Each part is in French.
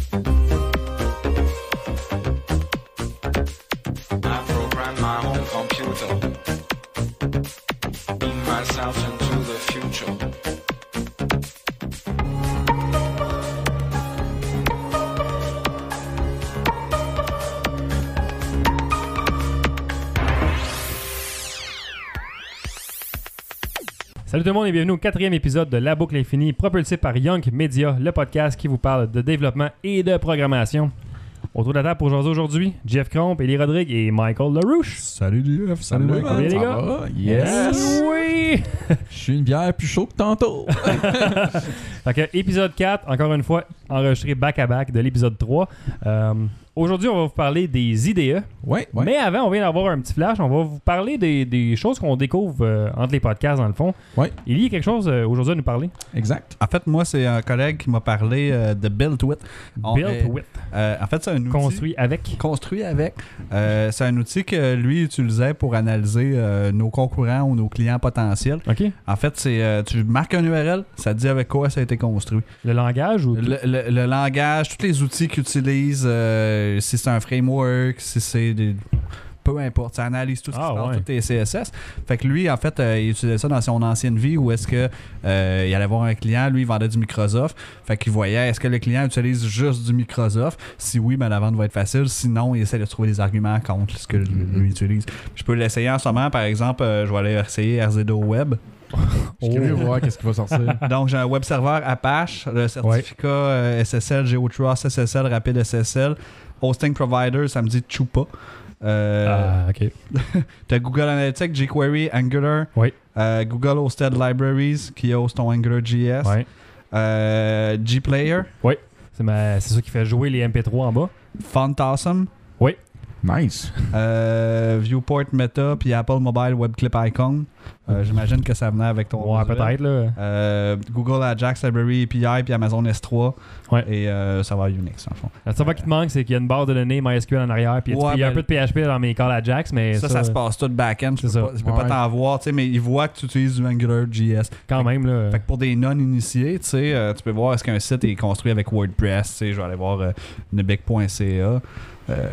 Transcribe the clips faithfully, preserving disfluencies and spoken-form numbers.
Salut tout le monde et bienvenue au quatrième épisode de La Boucle Infinie, propulsé par Young Media, le podcast qui vous parle de développement et de programmation. Autour de la table pour aujourd'hui, aujourd'hui, Jeff Cromp, Élie Rodrigue et Michael LaRouche. Salut Jeff, salut, salut Michael. Bien les gars? Va? Yes! yes. Oui! Je suis une bière plus chaude que tantôt. Fait que épisode quatre, encore une fois, enregistré back-à-back de l'épisode trois. Euh, Aujourd'hui, on va vous parler des I D E. Ouais, ouais. Mais avant, on vient d'avoir un petit flash. On va vous parler des, des choses qu'on découvre euh, entre les podcasts, dans le fond. Ouais. Il y a quelque chose euh, aujourd'hui à nous parler. Exact. En fait, moi, c'est un collègue qui m'a parlé euh, de BuildWith. On Built est- with. euh, en fait, c'est un outil... Construit avec. Construit avec. Euh, c'est un outil que lui utilisait pour analyser euh, nos concurrents ou nos clients potentiels. OK. En fait, c'est euh, tu marques un U R L, ça te dit avec quoi ça a été construit. Le langage ou... Le, le- le langage, tous les outils qu'ils utilisent, euh, si c'est un framework, si c'est des... Peu importe, ça analyse tout ce qui Ah, se passe, ouais. tous tes C S S. Fait que lui, en fait, euh, il utilisait ça dans son ancienne vie où est-ce que euh, il allait voir un client, lui, il vendait du Microsoft. Fait qu'il voyait, est-ce que le client utilise juste du Microsoft? Si oui, ben la vente va être facile. Sinon, il essaie de trouver des arguments contre ce que lui, lui utilise. Je peux l'essayer en ce moment, par exemple, euh, je vais aller essayer R Z deux Web. Je suis curieux de voir qu'est-ce qui va sortir. Donc, j'ai un web serveur Apache, le certificat euh, S S L, GeoTrust, S S L, Rapid S S L. Hosting Provider, ça me dit Chupa. Euh, Ah, OK. T'as Google Analytics, jQuery, Angular. Oui. Euh, Google Hosted Libraries qui host ton Angular J S. Ouais. Euh, Gplayer. C'est, ma... c'est ça qui fait jouer les M P trois en bas. Phantasm. Nice. Euh, Viewport Meta puis Apple Mobile Web Clip Icon. Euh, j'imagine que ça venait avec ton Ouais, visuel. peut-être, là. Euh, Google Ajax Library A P I puis Amazon S trois. Ouais. Et euh, ça va Unix en fond. La seule fois qui te manque, c'est qu'il y a une barre de données MySQL en arrière, puis il y a, Ouais, il y a un ben- peu de P H P dans mes calls Ajax, mais Ça, ça, se passe tout back-end. Tu c'est peux ça. pas, tu peux Ouais. pas t'en voir, tu sais, mais ils voient que tu utilises du Angular J S. quand même, là. Fait que pour des non-initiés, tu sais, euh, tu peux voir est-ce qu'un site est construit avec WordPress. Tu sais, je vais aller voir euh, nebic point c a. Euh,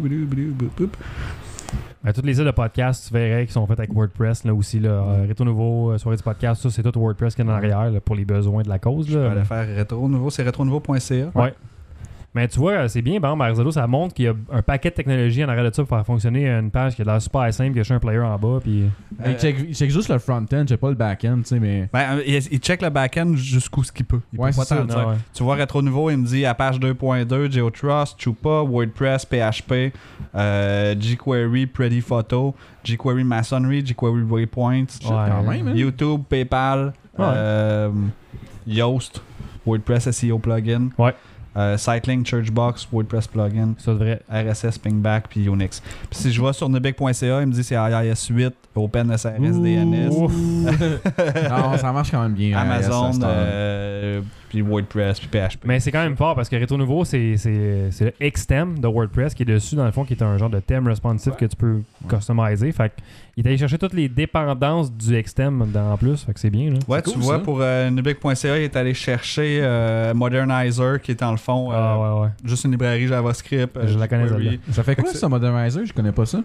Ben, toutes les sites de podcast, tu verrais qui sont faits avec WordPress, là aussi, là. Euh, Rétro Nouveau, euh, Soirée du podcast, ça, c'est tout WordPress qui est en arrière, là, pour les besoins de la cause, Je vais là. aller faire rétro nouveau, c'est rétro nouveau point c a. Ouais. Mais tu vois, c'est bien, par exemple, R Z deux, ça montre qu'il y a un paquet de technologies en arrière de ça pour faire fonctionner une page qui a l'air super simple, qui a juste un player en bas, puis... Il check, il check juste le front-end, je sais pas le back-end, tu sais, mais. Ben, euh, il, il check le back-end jusqu'où ce qu'il peut. Il Ouais, peut pas c'est t'en ça. dire. Ah ouais. Tu vois, rétro nouveau, il me dit Apache deux point deux, GeoTrust, Chupa, WordPress, P H P, euh, jQuery, Pretty Photo, jQuery Masonry, jQuery Waypoint, Ouais. Quand même, hein? YouTube, PayPal, Ouais. euh, Yoast, WordPress S E O plugin, Ouais. euh, Cycling, Churchbox, WordPress plugin, Ça devrait... R S S, Pingback, puis Unix. Puis si je vais sur nebic point c a, il me dit c'est I I S huit, OpenSRS, D N S, Ouf. Non, ça marche quand même bien. Amazon, euh, ça, c'est un- euh, puis WordPress, puis P H P. Mais c'est quand même fort parce que Rétro Nouveau, c'est, c'est, c'est le X-Theme de WordPress qui est dessus, dans le fond, qui est un genre de thème responsive que tu peux customiser. Fait qu'il est allé chercher toutes les dépendances du X-Theme dans- en plus. Fait que c'est bien, là. Ouais, C'est tu cool, vois, ça. pour euh, nebic point c a, il est allé chercher euh, Modernizer, qui est dans le fond euh, Ah ouais, ouais. juste une librairie JavaScript. euh, Je la connais, jQuery. celle-là. Ça fait quoi Fait que ça, Modernizer? Je connais pas ça.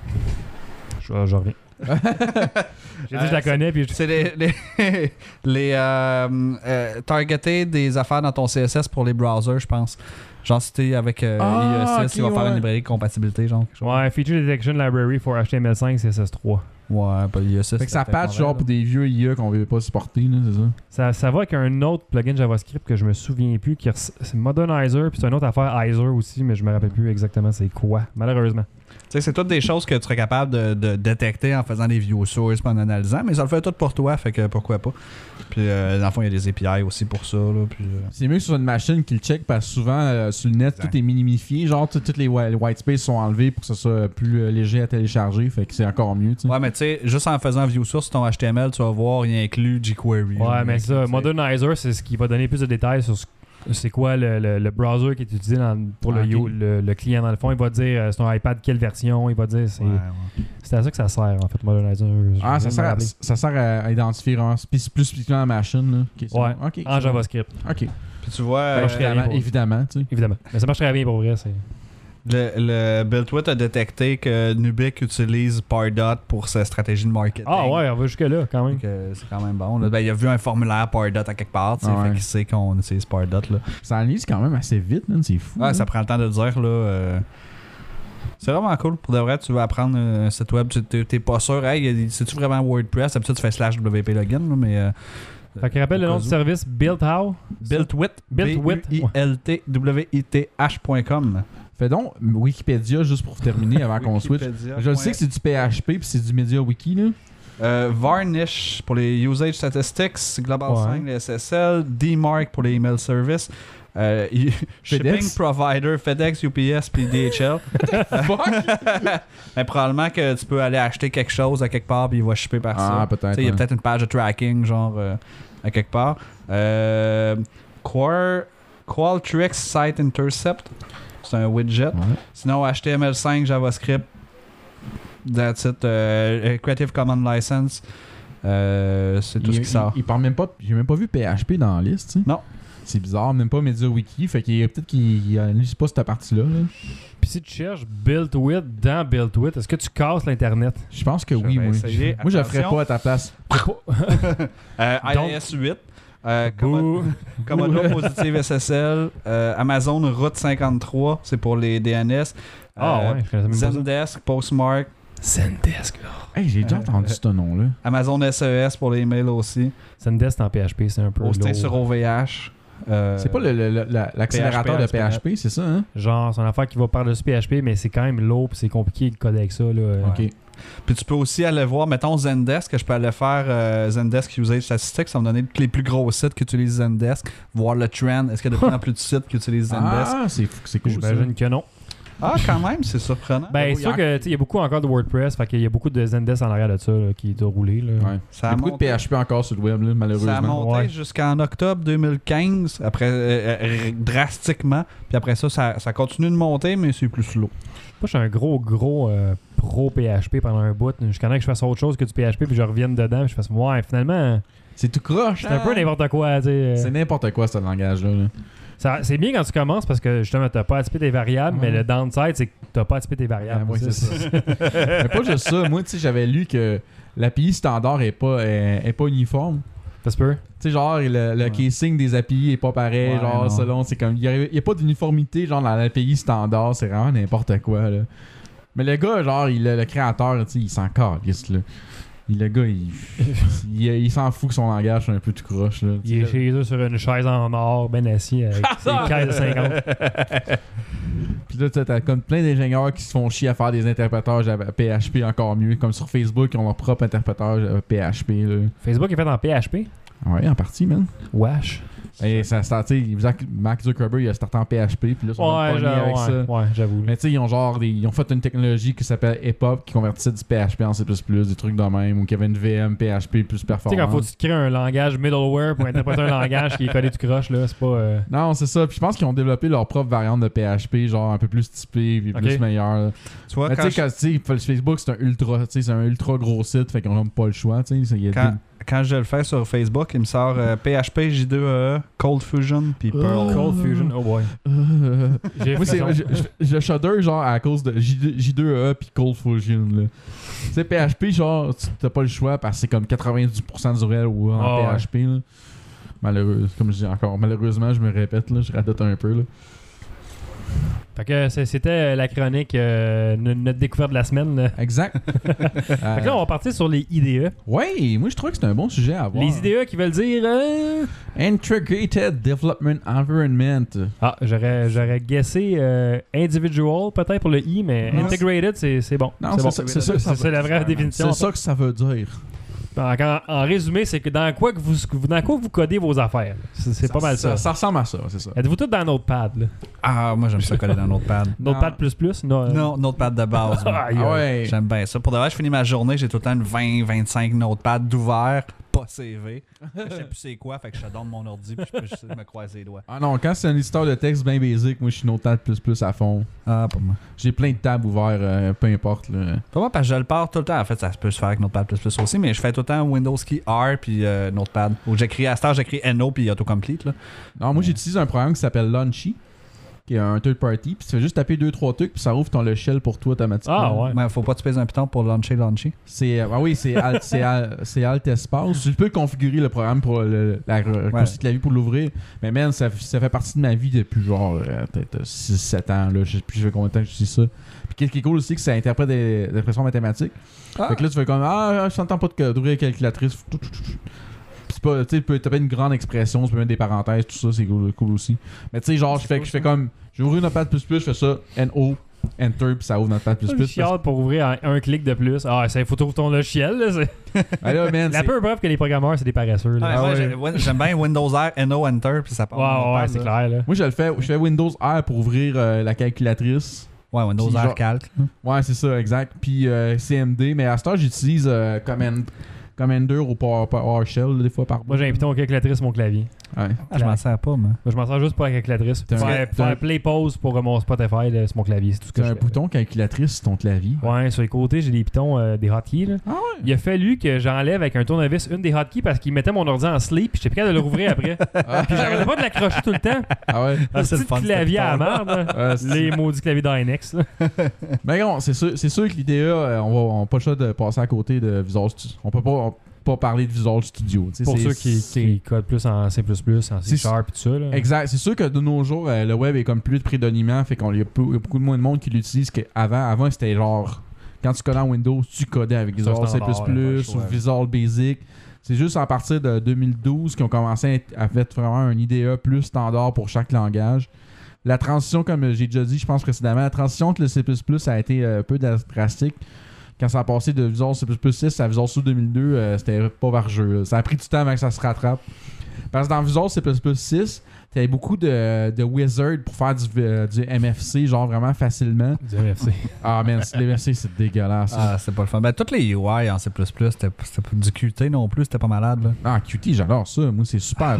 Je, je reviens. J'ai dit je la Euh, connais, puis je... C'est les, les, les euh, euh, targeter des affaires dans ton C S S pour les browsers, je pense. Genre, si t'es avec euh, Ah, I E six, ok, il va faire ouais. une librairie de compatibilité, genre. quelque chose. Ouais, Feature Detection Library for H T M L cinq, C S S trois. Ouais, pas I E six. Fait que ça c'est patch peut-être genre mauvais, pour des vieux I A qu'on veut pas supporter, là, c'est ça? Ça, ça va avec un autre plugin JavaScript que je me souviens plus, qui res- c'est Modernizer, puis c'est une autre affaire, Izer aussi, mais je me rappelle plus exactement c'est quoi, malheureusement. Tu sais, c'est toutes des choses que tu serais capable de, de détecter en faisant des view sources et en analysant, mais ça le fait tout pour toi, fait que pourquoi pas. Puis, euh, dans le fond, il y a des A P I aussi pour ça, là. Puis, euh, C'est mieux que sur une machine qui le check parce que souvent euh, sur le net Exact. tout est minimifié, genre tout- toutes les whi- white space sont enlevés pour que ce soit plus euh, léger à télécharger, fait que c'est encore mieux, tu sais. Ouais, mais tu sais, juste en faisant view source sur ton H T M L, tu vas voir, il inclut jQuery. Ouais, là, mais ça, tu sais. Modernizer, c'est ce qui va donner plus de détails sur ce- c'est quoi le, le, le browser qui est utilisé dans- pour Ah, le, ok. yo- le, le client. Dans le fond, il va dire euh, c'est un iPad quelle version, il va dire c'est, Ouais, ouais. c'est à ça que ça sert en fait, Modernizer. Je Ah, viens ça de me sert, à, rappeler. ça sert à, à identifier vraiment spéc- plus spécifiquement la machine. Là. Ok, c'est Ouais, bon. Ok, en c'est JavaScript. bon. Ok. Puis tu vois, Ça euh, marcherait bien Évidemment, pour- évidemment, tu sais. Évidemment. Mais ça marcherait bien pour vrai. C'est... le, le BuildWith a détecté que Nubic utilise Pardot pour sa stratégie de marketing. Ah ouais, on va jusque-là quand même. Donc, euh, c'est quand même bon. Là. Ben, il a vu un formulaire Pardot à quelque part, tu sais, Ah ouais. fait qu'il sait qu'on utilise Pardot. Là. Ça analyse quand même assez vite, man, c'est fou. Ouais, là. ça prend le temps de le dire. Là, euh, c'est vraiment cool. Pour de vrai, tu veux apprendre un site web, tu t'es, t'es pas sûr. Hey, c'est-tu vraiment WordPress? D'habitude, tu fais slash W P login, là, mais. Euh, Fait qu'il rappelle le au nom cas du où. service Build How. BuildWith. BuildWith. B U I L T W I T H point com. Fais donc Wikipédia juste pour terminer avant qu'on switch. Je le sais que c'est du P H P puis c'est du Media Wiki, là. Euh, Varnish pour les usage statistics, Global Ouais. cinq, les S S L, D Mark pour les email service, euh, y- shipping FedEx. provider, FedEx, U P S puis D H L. Mais probablement que tu peux aller acheter quelque chose à quelque part puis il va shipper par Ah, ça. peut-être. Tu sais, il y a ouais. peut-être une page de tracking genre euh, à quelque part. Euh, Quar- Qualtrics Site Intercept, c'est un widget. Ouais. Sinon, H T M L cinq, JavaScript, that's it. Euh, Creative Commons License, euh, c'est tout il, ce qui il- sort. Il, parle même pas. J'ai même pas vu P H P dans la liste, tu sais. Non. C'est bizarre, même pas Media Wiki. Fait qu'il y a peut-être qu'il analyse pas cette partie-là. là. Puis si tu cherches BuildWith dans BuildWith, est-ce que tu casses l'Internet? Je pense que Je oui, vais moi. essayer. Moi, je le ferais Attention. pas à ta place. Euh, Donc- iOS huit, euh, Commodo, Bouh. Commodo Positive S S L, euh, Amazon Route cinquante-trois, c'est pour les D N S. Ah euh, ouais, je connaissais même pas ça. Zendesk, Postmark, Zendesk. Hey, j'ai déjà Euh, entendu euh, ce nom-là. Amazon S E S pour les emails aussi, Zendesk en P H P, c'est un peu hosté lourd. sur O V H. euh, C'est pas le- le- le- la- l'accélérateur P H P de P H P, c'est ça, hein? Genre, c'est une affaire qui va par-dessus P H P, mais c'est quand même lourd puis c'est compliqué de coder avec ça. Là. Ouais. Ok. Puis tu peux aussi aller voir, mettons Zendesk, que je peux aller faire euh, Zendesk Usage Statistics, ça va me donner les plus gros sites qui utilisent Zendesk, voir le trend, est-ce qu'il y a de plus en plus de sites qui utilisent Zendesk. Ah, c'est fou- c'est cool. ça. J'imagine que non. Ah, quand même, c'est surprenant. Ben, oui, c'est sûr il y que tu sais, il y a beaucoup encore de WordPress, fait qu'il y a beaucoup de Zendesk en arrière de ça là, qui doit rouler. Là. Ouais. Ça Il y a a beaucoup de monté, P H P encore sur le web, là, ça a malheureusement. monté Ouais. jusqu'en octobre deux mille quinze, après euh, euh, drastiquement. Puis après ça, ça, ça continue de monter, mais c'est plus slow. Moi, je suis un gros, gros euh, pro P H P pendant un bout. Je connais que je fasse autre chose que du P H P, puis je revienne dedans, puis je fasse ouais, finalement, C'est tout croche. c'est un peu n'importe quoi. Tu sais. C'est n'importe quoi, ce langage-là. là. Ça- C'est bien quand tu commences parce que justement, t'as pas anticipé tes variables, Ouais. mais le downside, c'est que t'as pas anticipé tes variables. Ah, ouais, c'est ça. c'est- Mais pas juste ça. Moi, tu sais, j'avais lu que l'A P I standard est pas, est, est pas uniforme. Ça se peut. Tu sais, genre, le, le Ouais. casing des A P I est pas pareil. Ouais, genre, non. selon, c'est comme. Il y a, il y a pas d'uniformité, genre, dans l'A P I standard. C'est vraiment n'importe quoi, là. Mais le gars, genre, il, le créateur, tu sais, il s'en calisse, là. Il- Le gars, il, il, il s'en fout que son langage soit un peu tout croche, là. Il est chez eux sur une chaise en or, ben assis, avec ses caisses de cinquante. Puis là, t'as t'as comme plein d'ingénieurs qui se font chier à faire des interprétages à P H P encore mieux. Comme sur Facebook, ils ont leur propre interprétage à P H P, là. Facebook est fait en P H P. Ouais, en partie, man. Wesh. Et ça, ça, tu sais, Zach- Mark Zuckerberg, il a starté en P H P, puis là, ils sont Ouais, pognés j'a- avec ouais, ça. ouais, j'avoue. Mais tu sais, ils ont genre des, ils ont fait une technologie qui s'appelle E P U B qui convertissait du P H P en C plus plus, des trucs de même, ou qu'il y avait une V M P H P plus Tu sais, performante. quand faut que tu te crées un langage middleware pour interpréter un langage qui est collé tout croche, là, c'est pas. euh, Non, c'est ça. Puis je pense qu'ils ont développé leur propre variante de P H P, genre un peu plus typée, puis Ok. plus meilleure. là. Tu vois, Mais quand, tu sais, quand tu sais, Facebook, c'est un ultra, tu sais, c'est un ultra gros site, fait qu'ils ont pas le choix, tu sais. il y a quand, des- quand je le fais sur Facebook, il me sort euh, P H P, J deux E E, Cold Fusion, puis Perl. Cold Fusion, oh boy. Euh, J'ai Moi, c'est, fait je, je, je shudder genre à cause de J deux E E puis Cold Fusion. Là. Tu sais, P H P, genre, tu- t'as pas le choix parce que c'est comme quatre-vingt-dix pour cent du réel ou en Ah, P H P. Là. Malheureux, comme je dis encore, malheureusement, je me répète, là, je radote un peu. Là. Fait que c'est- c'était la chronique, euh, no- notre découverte de la semaine. Là. Exact. Fait que là, on va partir sur les I D E. Ouais, moi je trouve que c'est un bon sujet à avoir. Les I D E qui veulent dire. euh, Integrated Development Environment. Ah, j'aurais, j'aurais guessé euh, individual peut-être pour le I, mais Non, integrated, c'est, c'est bon. Non, c'est c'est bon. ça- c'est ça que ça C'est, c'est la vraie veut- définition. C'est ça que ça veut dire. Donc, en, en résumé, c'est que dans quoi que vous, dans quoi vous codez vos affaires. C'est, c'est pas mal ça. Ça ressemble à ça, c'est ça. Êtes-vous tous dans Notepad? Là? Ah, moi j'aime ça coller dans Notepad. Notepad plus plus? Non. euh, Non, Notepad de base. moi. Aïe, Ah aïe. ouais. J'aime bien ça. Pour de vrai, je finis ma journée, j'ai tout le temps une vingt vingt-cinq notepads d'ouvert, pas C V. Je sais plus c'est quoi, fait que je te donne mon ordi puis je peux juste me croiser les doigts. Ah non, quand c'est un éditeur de texte bien basic, moi je suis Notepad plus plus à fond. Ah, pas moi. J'ai plein de tabs ouverts, euh, peu importe. Là. Pas moi, parce que je le pars tout le temps. En fait, ça peut se faire avec Notepad plus plus aussi, mais je fais tout le temps Windows Key R puis euh, Notepad. Ou j'écris à cette heure, j'écris N O puis Autocomplete. Là. Non, moi j'utilise un programme qui s'appelle Launchy, qui est un third party, puis tu fais juste taper deux trois trucs, puis ça ouvre ton logiciel pour toi automatiquement. Ah ouais. Mais faut pas que tu pèses un piton pour launcher, launcher. C'est, euh, ah oui, c'est Alt, c'est, Alt, c'est Alt espace. Tu peux configurer le programme pour le, la raccourci Ouais. clavier pour l'ouvrir, mais man, ça, ça fait partie de ma vie depuis genre euh, peut-être six sept ans. Là. Je sais plus combien de temps que j'utilise ça. Puis qu'est-ce qui est cool aussi, que ça interprète des, des expressions mathématiques. Ah. Fait que là, tu fais comme ah, je t'entends pas de- d'ouvrir la calculatrice. C'est pas, tu sais, tu peux taper une grande expression, tu peux mettre des parenthèses, tout ça, c'est cool, cool aussi. Mais tu sais, genre, je fais, je fais comme, je vais ouvrir Notepad plus plus, je fais ça, N O, Enter, puis ça ouvre Notepad plus Je plus. chiale pour ouvrir un, un clic de plus. Ah, ça, il faut trouver ton logiciel. Là, c'est... Ah là, man, La c'est- peu preuve que les programmeurs, c'est des paresseux. Là. Ah, Ah moi, ouais. j'ai- ouais, j'aime bien Windows R, N O, Enter, puis ça part. Ouais, dans ouais, Notepad, c'est là. clair. Là. Moi, je le fais, je fais Windows R pour ouvrir euh, la calculatrice. Ouais, Windows Puis R genre- Calc. Ouais, c'est ça, exact. Puis euh, C M D, mais à ce temps, j'utilise euh, Command, Commander ou Power- PowerShell, là, des fois par Moi, j'ai un piton calculatrice sur mon clavier. Ouais. Ah, je m'en sers pas, moi. Moi, je m'en sers juste pour la calculatrice. T'as un- Faire, t'as un- faire play pause pour euh, mon Spotify là, sur mon clavier. C'est tout ce que T'as je un fais. bouton calculatrice sur ton clavier. Ouais, sur les côtés, j'ai des pitons, euh, des hotkeys. Là. Ah ouais? Il a fallu que j'enlève avec un tournevis une des hotkeys parce qu'il mettait mon ordi en sleep puis j'étais plus capable de le rouvrir après. Puis j'arrêtais pas de l'accrocher tout le temps. Ah ouais? Un c'est le petit fun, clavier ce à la piton-là. merde. là. Ouais, c'est- Les maudits claviers d'Inex. là. Mais non, c'est sûr, c'est sûr que l'I D A, euh, on va on a pas le choix de passer à côté de Visual Studio. On peut pas, on peut pas parler de Visual Studio. tu sais, Pour c'est- ceux qui, c'est- qui codent plus en C plus plus, en C C'est- Sharp et tout ça. Là. Exact. C'est sûr que de nos jours, euh, le web est comme plus de prédominant, fait qu'on y a peu- il y a beaucoup de moins de monde qui l'utilise qu'avant. Avant, c'était genre quand tu codais en Windows, tu codais avec C'est un Visual C++ standard, ouais, pas le ou choix. Visual Basic. C'est juste à partir de deux mille douze qu'ils ont commencé à être- à faire vraiment un I D A plus standard pour chaque langage. La transition, comme j'ai déjà dit, je pense précédemment, la transition entre le C plus plus a été euh, un peu drastique. Quand ça a passé de Visual C plus plus six à Visual Studio deux mille deux, euh, c'était pas par jeu. là. Ça a pris du temps avant que ça se rattrape. Parce que dans Visual C plus plus six, t'avais beaucoup de, de wizards pour faire du, euh, du M F C, genre vraiment facilement. Dieu merci. Ah man, les M F C, c'est dégueulasse. ça. Ah, c'est pas le fun. Ben, toutes les U I en C plus plus, c'était c'était pas du Qt non plus, c'était pas malade. Là. Ah, Qt, j'adore ça. Moi, c'est super.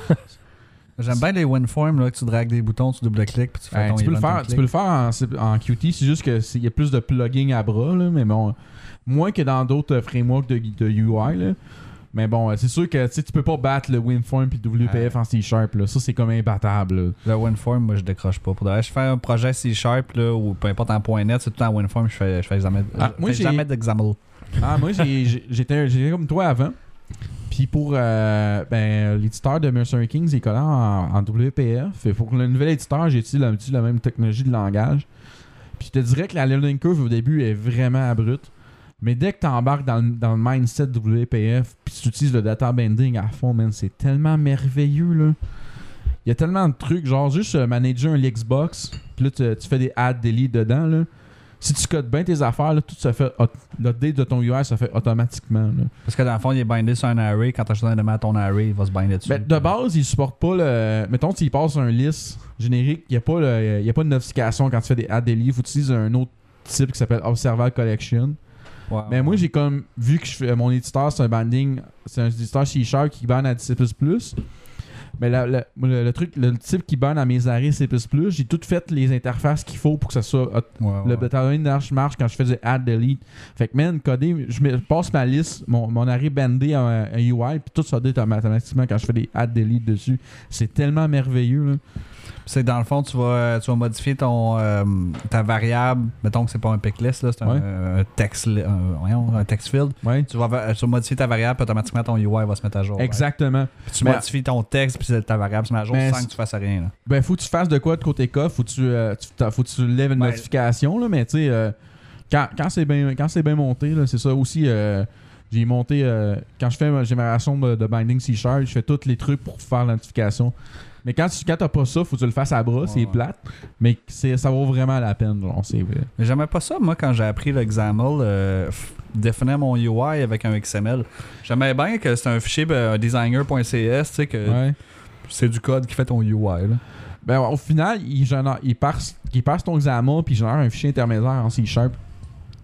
J'aime bien les WinForms, là, que tu dragues des boutons, tu double-cliques, puis tu fais Ouais, ton tu, peux le event faire, and tu peux le faire en, C- en Qt, c'est juste qu'il y a plus de plugins à bras, là, mais bon, moins que dans d'autres frameworks de, de U I. Là. Mais bon, euh, c'est sûr que tu sais, tu peux pas battre le WinForm et le W P F Ouais. en C Sharp. Là. Ça, c'est comme imbattable. là. Le WinForm, moi, je décroche pas. Pour de vrai, je fais un projet C Sharp, là, ou peu importe en .net, c'est tout en WinForm, je fais, je fais jamais, Ah, je moi, fais j'ai- jamais d'example. Ah, moi, j'ai- j'ai- j'étais j'étais comme toi avant. Puis pour euh, ben, l'éditeur de Mercenary Kings, il est collé en, en W P F. Et pour le nouvel éditeur, j'ai utilisé la, utilisé la même technologie de langage. Puis je te dirais que la learning curve au début est vraiment abrupte. Mais dès que tu embarques dans, le- dans le mindset W P F, puis tu utilises le data binding à fond, man, c'est tellement merveilleux, là. Il y a tellement de trucs, genre juste euh, manager un Xbox, puis là, tu, tu fais des add, delete dedans, là. Si tu codes bien tes affaires, là, tout se fait, aut- l'update de ton U I se fait automatiquement, là. Parce que dans le fond, il est bindé sur un array. Quand tu as un élément à ton array, il va se binder dessus. Ben, de base, il supporte pas le. Mettons, s'il passe un list générique, il n'y a, pas le- il y a pas de notification quand tu fais des add, delete. Il faut utiliser un autre type qui s'appelle Observer Collection. Ouais, Mais ouais. moi, j'ai comme vu que je fais, mon éditeur, c'est un banding, c'est un éditeur C Sharp qui banne à C plus plus. Mais la- la- le, le truc, le type qui banne à mes arrêts C plus plus, j'ai tout fait les interfaces qu'il faut pour que ça soit. Ouais, Le ouais. bêta marche, marche quand je fais du add delete. Fait que man, coder, je, mets- je passe ma liste, mon, mon arrêt bandé en, en U I, puis tout ça update automatiquement quand je fais des add delete dessus. C'est tellement merveilleux. Là. C'est dans le fond, tu vas, tu vas modifier ton, euh, ta variable. Mettons que c'est pas un pick list, là, c'est un, Ouais. un text, li- un, voyons, un text field. Ouais. Tu vas, va- tu vas modifier ta variable, puis automatiquement ton U I va se mettre à jour. Exactement. Puis tu Mais- modifies ton texte, puis ta variable se met à jour Mais sans c'est- que tu fasses rien. Là. Ben, faut que tu fasses de quoi de côté coffre, faut que tu, euh, tu- t'as- faut que tu lèves une Ouais. notification, là, mais tu sais, euh, quand, quand c'est bien quand c'est bien monté, là, c'est ça aussi. euh, j'ai monté, euh, quand je fais ma génération de, de binding C Sharp, je fais tous les trucs pour faire la notification. Mais quand tu quand t'as pas ça, faut que tu le fasses à bras, Ouais, c'est ouais. plate. Mais c'est, ça vaut vraiment la peine, genre, c'est vrai. Mais j'aimais pas ça, moi, quand j'ai appris le XAML, euh, f- définir mon U I avec un X M L. J'aimais bien que c'est un fichier ben, designer.cs, tu sais, que Ouais. c'est du code qui fait ton U I. Là. Ben, au final, il, génère, il, parse, il passe ton XAML puis il génère un fichier intermédiaire en C Sharp.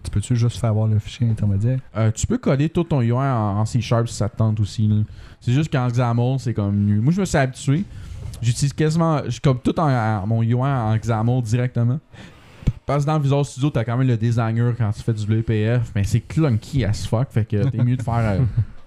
Tu peux-tu juste faire avoir le fichier intermédiaire? Euh, tu peux coder tout ton U I en, en C Sharp si ça te tente aussi. Là. C'est juste qu'en XAML, c'est comme mieux. Moi, je me suis habitué. J'utilise quasiment. Je comme tout en, en, mon U I en XAML directement. Parce que dans Visual Studio, t'as quand même le designer quand tu fais du W P F, mais c'est clunky as fuck. Fait que t'es mieux de faire. Euh,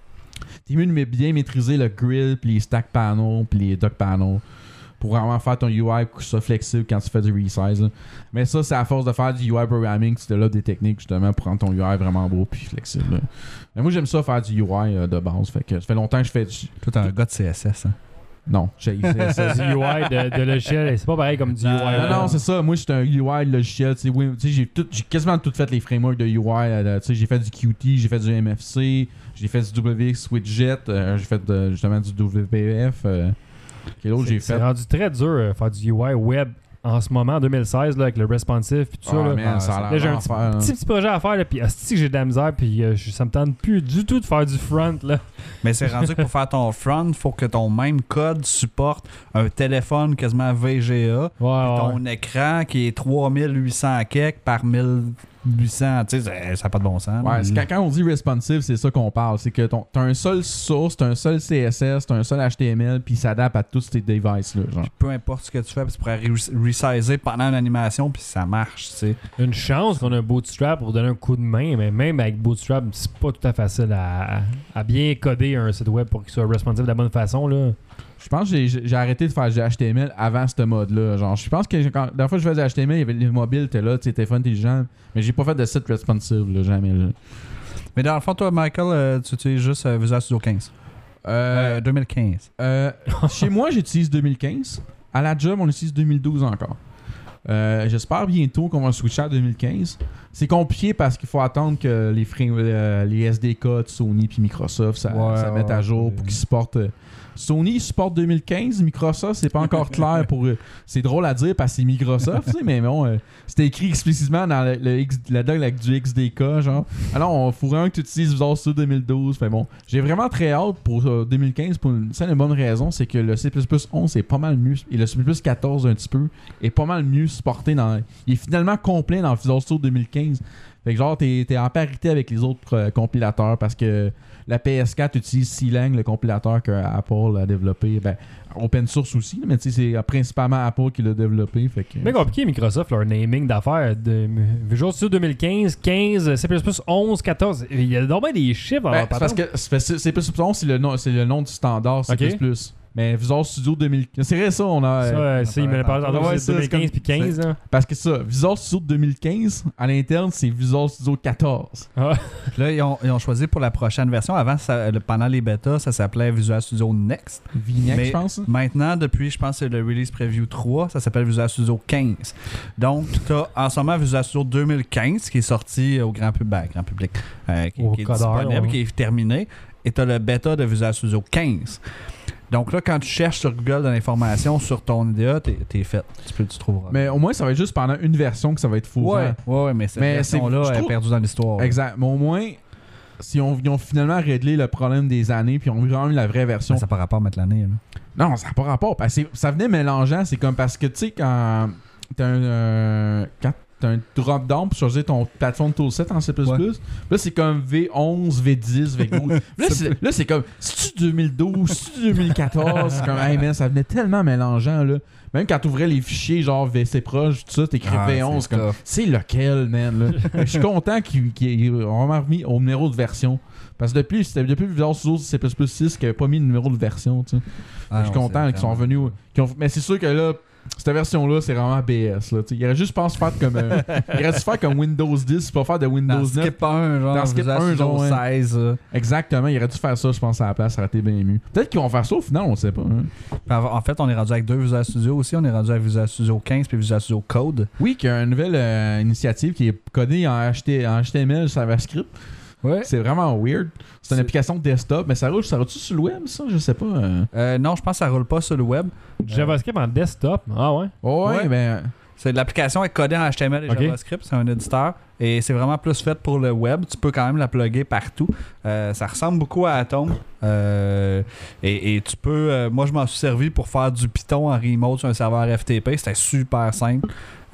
t'es mieux de bien maîtriser le grid, puis les stack panels, puis les dock panels. Pour vraiment faire ton U I pour que ce soit flexible quand tu fais du resize. Là. Mais ça, c'est à force de faire du U I programming que tu développes des techniques justement pour rendre ton U I vraiment beau puis flexible. Là. Mais moi, j'aime ça faire du U I euh, de base. Fait que ça fait longtemps que je fais du... Toi, t'es un gars de C S S, hein? Non, j'ai c'est du U I de, de logiciel. C'est pas pareil comme du U I. Non, non, c'est ça. Moi, je suis un U I de logiciel. Oui, j'ai, tout, j'ai quasiment tout fait les frameworks de U I. Euh, j'ai fait du Qt, j'ai fait du M F C, j'ai fait du W X Widget, euh, j'ai fait de, justement du W P F. Euh, Quel autre j'ai fait? C'est rendu très dur euh, faire du U I web en ce moment, en deux mille seize, là, avec le responsive puis tout oh, ça. Là, man, ça a là j'ai un petit, faire, petit, petit projet à faire, là, puis asti que j'ai de la misère, puis euh, ça me tente plus du tout de faire du front. Là. Mais c'est rendu que pour faire ton front, il faut que ton même code supporte un téléphone quasiment V G A, ouais, puis ton ouais. écran qui est trois mille huit cents kek par mille huit cents, tu sais, ça n'a pas de bon sens. Ouais, c'est quand, quand on dit responsive, c'est ça qu'on parle. C'est que ton, t'as un seul source, t'as un seul C S S, t'as un seul H T M L, puis il s'adapte à tous tes devices. Là, genre. Peu importe ce que tu fais, tu pourrais re- resizer pendant une animation, puis ça marche, tu sais. Une chance qu'on a un Bootstrap pour donner un coup de main, mais même avec Bootstrap, c'est pas tout à fait facile à, à bien coder un site web pour qu'il soit responsive de la bonne façon. Là. Je pense que j'ai, j'ai arrêté de faire du H T M L avant ce mode-là. Genre, je pense que quand, la dernière fois que je faisais du H T M L, il y avait les mobiles, t'es là, tu sais, téléphone intelligent, mais j'ai pas fait de site responsive, là, jamais. Là. Mais dans le fond, toi, Michael, euh, tu utilises juste euh, Visual Studio quinze. Euh, Euh, deux mille quinze. euh, chez moi, j'utilise deux mille quinze. À la job, on utilise deux mille douze encore. Euh, j'espère bientôt qu'on va switcher à deux mille quinze. C'est compliqué parce qu'il faut attendre que les, frame, euh, les S D K de Sony et Microsoft ça, Ouais, ça mette ouais, à jour ouais. pour qu'ils supportent. Euh, Sony supporte deux mille quinze, Microsoft, c'est pas encore clair pour eux. C'est drôle à dire parce que c'est Microsoft, tu sais, mais bon, euh, c'était écrit explicitement dans le, le X, la doc avec du X D K, genre. Alors, on faut vraiment que tu utilises Visual Studio deux mille douze. Fait bon, j'ai vraiment très hâte pour euh, deux mille quinze pour une seule et bonne raison, c'est que le C plus plus onze est pas mal mieux, et le C plus plus quatorze un petit peu, est pas mal mieux supporté dans. Il est finalement complet dans Visual Studio deux mille quinze. Fait que genre, t'es, t'es en parité avec les autres euh, compilateurs parce que la P S quatre utilise Sealang, le compilateur que Apple a développé. Ben, open source aussi, mais tu sais, c'est principalement Apple qui l'a développé. Fait que... C'est bien compliqué, Microsoft, leur naming d'affaires. De Visual Studio deux mille quinze, quinze, C plus plus, onze, quatorze. Il y a normalement des chiffres. Ben, c'est parce que C plus plus onze, c'est le nom, c'est le nom du standard C plus plus. Okay. Mais Visual Studio deux mille quinze. C'est vrai, ça, on a. Ça, euh, ça il me l'a parlé tantôt, ouais, c'est deux mille quinze puis quinze. Hein. Parce que ça, Visual Studio deux mille quinze, à l'interne, c'est Visual Studio quatorze. Ah. Là, ils ont, ils ont choisi pour la prochaine version. Avant, ça, le, pendant les bêtas, ça s'appelait Visual Studio Next. V N E X, je pense. Maintenant, depuis, je pense, c'est le Release Preview trois, ça s'appelle Visual Studio quinze. Donc, tu as en ce moment Visual Studio deux mille quinze qui est sorti au grand, pub, ben, grand public, euh, qui, qui est disponible, ouais. qui est terminé. Et tu as le bêta de Visual Studio quinze. Donc là, quand tu cherches sur Google de l'information sur ton I D A, t'es, t'es fait. Tu peux tu trouveras. Mais au moins, ça va être juste pendant une version que ça va être fou. Ouais, ouais, ouais, mais cette mais version-là est trouve... perdue dans l'histoire. Exact. Là. Mais au moins, si on, ils ont finalement réglé le problème des années, puis ils ont vraiment eu la vraie version. Mais ça n'a pas rapport à mettre l'année. Là. Non, ça n'a pas rapport. Parce que ça venait mélangeant. C'est comme parce que, tu sais, quand t'as un... Euh, quand t'as un drop-down pour choisir ton plateforme toolset en C plus plus. Ouais. Là, c'est comme V onze, V dix, V douze. là, c'est, là, c'est comme, c'est-tu deux mille douze, c'est-tu deux mille quatorze? C'est comme, hey man, ça venait tellement mélangeant, là. Même quand t'ouvrais les fichiers, genre V C proche, tout ça, t'écris ah, V onze, c'est comme, c'est lequel, man, là? Je suis content qu'ils, qu'ils ont remis au numéro de version. Parce que depuis, c'était depuis Visual Studio C plus plus six qu'ils n'avaient pas mis le numéro de version, tu sais. Ah, je suis content qu'ils sont revenus. Qu'ils ont, mais c'est sûr que là, cette version-là, c'est vraiment B S. Là. Il aurait juste pensé faire comme euh, il aurait dû faire comme Windows dix, pas faire de Windows neuf. Dans Skip un, genre. Dans Skip un, genre. seize. Euh. Exactement, il aurait dû faire ça, je pense, à la place. Ça aurait été bien mieux. Peut-être qu'ils vont faire ça au final, on ne sait pas. Hein. En fait, on est rendu avec deux Visual Studio aussi. On est rendu avec Visual Studio quinze puis Visual Studio Code. Oui, qui a une nouvelle euh, initiative qui est codée en H T M L JavaScript. Ouais. C'est vraiment weird. C'est, c'est une application desktop, mais ça roule, ça roule-tu sur le web, ça? Je sais pas. Euh... Euh, non, je pense que ça roule pas sur le web. JavaScript euh... en desktop? Ah ouais? Oh, ouais, ouais. Ben... C'est, l'application est codée en H T M L et okay. JavaScript. C'est un éditeur. Et c'est vraiment plus fait pour le web. Tu peux quand même la plugger partout. Euh, ça ressemble beaucoup à Atom. Euh, et, et tu peux... Euh, moi, je m'en suis servi pour faire du Python en remote sur un serveur F T P. C'était super simple.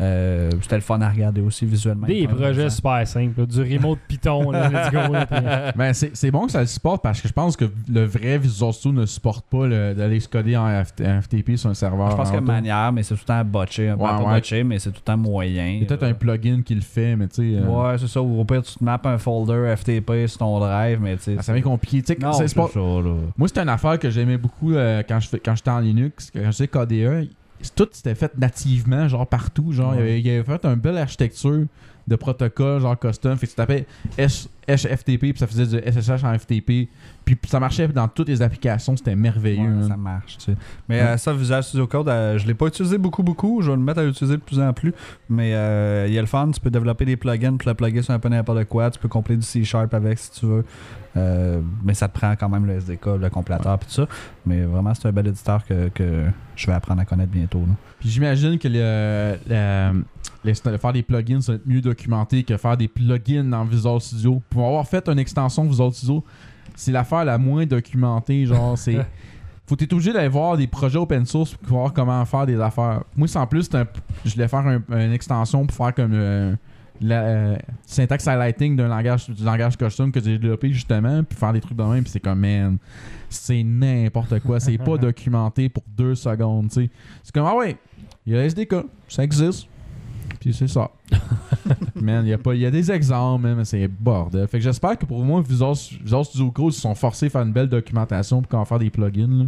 Euh, c'était le fun à regarder aussi visuellement. Des projets super simples, là, du remote Python, là, let's go. Là, puis- Ben, c'est, c'est bon que ça le supporte parce que je pense que le vrai Visual Studio ne supporte pas le- d'aller se coder en F T P sur un serveur. Je pense qu'il y a une auto. manière, mais c'est tout le temps botché. Un peu Ouais, pas ouais. botché, mais c'est tout le temps moyen. Il y a peut-être Euh, un plugin qui le fait, mais tu sais. euh, Ouais, c'est ça. Ou au pire, tu te mappes un folder F T P sur ton drive, mais tu sais. ah, ça devient compliqué. Tu sais, Non, c'est- c'est c'est pas- ça, là. Moi, c'était une affaire que j'aimais beaucoup euh, quand je fais- quand j'étais en Linux, quand j'étais K D E. Tout c'était fait nativement, genre partout. Genre, il Ouais. avait, il avait fait une belle architecture de protocole, genre custom. Fait que tu tapais S F T P, puis ça faisait du S S H en F T P. Puis ça marchait dans toutes les applications, c'était merveilleux. Ouais, man. ça marche, tu sais. Mais Ouais. euh, ça, Visual Studio Code, euh, je l'ai pas utilisé beaucoup, beaucoup. Je vais le mettre à l'utiliser de plus en plus. Mais euh, il y a le fun, tu peux développer des plugins, puis le plugger sur un peu n'importe quoi. Tu peux compléter du C Sharp avec si tu veux. Euh, mais ça te prend quand même le S D K, le compléteur, puis tout ça. Mais vraiment, c'est un bel éditeur que, que je vais apprendre à connaître bientôt. Là. Puis j'imagine que le, le- le- faire des plugins, ça va être mieux documenté que faire des plugins dans Visual Studio. Pour avoir fait une extension Visual Studio, c'est l'affaire la moins documentée. Genre, c'est. Faut être obligé d'aller voir des projets open source pour voir comment faire des affaires. Moi, c'est en plus, c'est un- je voulais faire un- une extension pour faire comme euh, la euh, syntaxe highlighting d'un langage, du langage custom que j'ai développé justement, puis faire des trucs de même, puis c'est comme, man, c'est n'importe quoi. C'est pas documenté pour deux secondes, tu sais. C'est comme, ah ouais, il y a le S D K, ça existe. Puis c'est ça. Man, il y a pas, il y a des exemples, man, mais c'est bordel. Fait que j'espère que pour moi, Visual, Visual Studio Code, ils se sont forcés à faire une belle documentation pour qu'on faire des plugins. Là.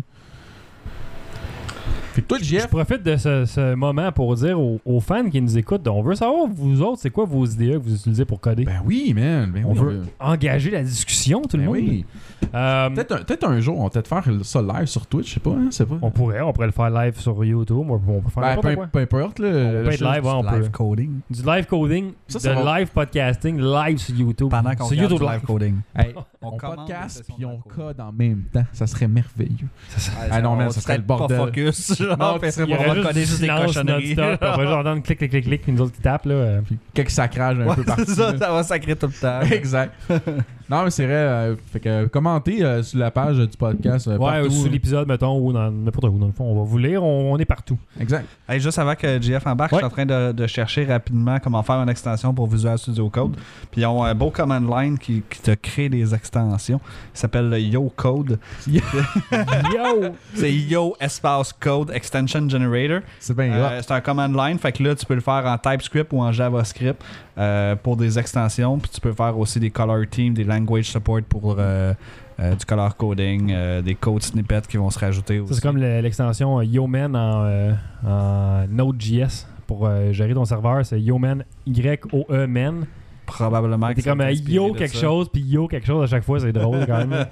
Fait que toi, Je Jeff, profite de ce, ce moment pour dire aux, aux fans qui nous écoutent, on veut savoir, vous autres, c'est quoi vos idées que vous utilisez pour coder? ben oui, man. Ben on oui, veut engager la discussion, tout le ben monde. oui. Euh, Peut-être un, peut-être un jour, on va peut-être faire ça live sur Twitch, je sais pas, hein, c'est pas. on pourrait, on pourrait le faire live sur YouTube, on peut, on peut faire Ben, n'importe peu, quoi. peu importe. Là, On peut être je- live, ouais, on live peut. coding. Du live coding, Ça, ça de va- live podcasting, live sur YouTube. Pendant qu'on sur regarde YouTube du live coding. Hey, On on, commande podcast des sessions puis on de code. code en même temps. Ça serait merveilleux. Ah non, man, ça serait le bordel. Pas focus, genre, Non, parce tu serais qu'on Il y pas- va aurait juste coder du juste des silence cochonneries. non-stop, puis on va juste entendre clic, clic, clic, clic, puis nous autres qui tapent, là. euh. Puis quelques sacrages un peu Ouais, partout. c'est ça, là. ça va sacrer tout le temps. Exact. Non, mais c'est vrai. euh, fait que euh, commentez euh, sur la page euh, du podcast. euh, Ouais, partout, ou sous euh. l'épisode, mettons, ou dans n'importe où, dans le fond. On va vous lire, on, on est partout. Exact. Hey, juste avant que J F embarque, Ouais. je suis en train de, de chercher rapidement comment faire une extension pour Visual Studio Code. Puis ils ont un beau command line qui, qui te crée des extensions. Il s'appelle le Yo Code. Yo! C'est Yo Espace Code Extension Generator. C'est bien Euh, c'est un command line, fait que là tu peux le faire en TypeScript ou en JavaScript euh, pour des extensions. Puis tu peux faire aussi des color teams, des language support pour euh, euh, du color coding, euh, des code snippets qui vont se rajouter aussi. Ça, c'est comme le- l'extension euh, Yoman en, euh, en Node.js pour euh, gérer ton serveur. C'est Yoman, Y-O-E-Men. Probablement que T'es ça comme va euh, t'inspirer Yo de quelque ça. chose, puis Yo quelque chose à chaque fois. C'est drôle quand même.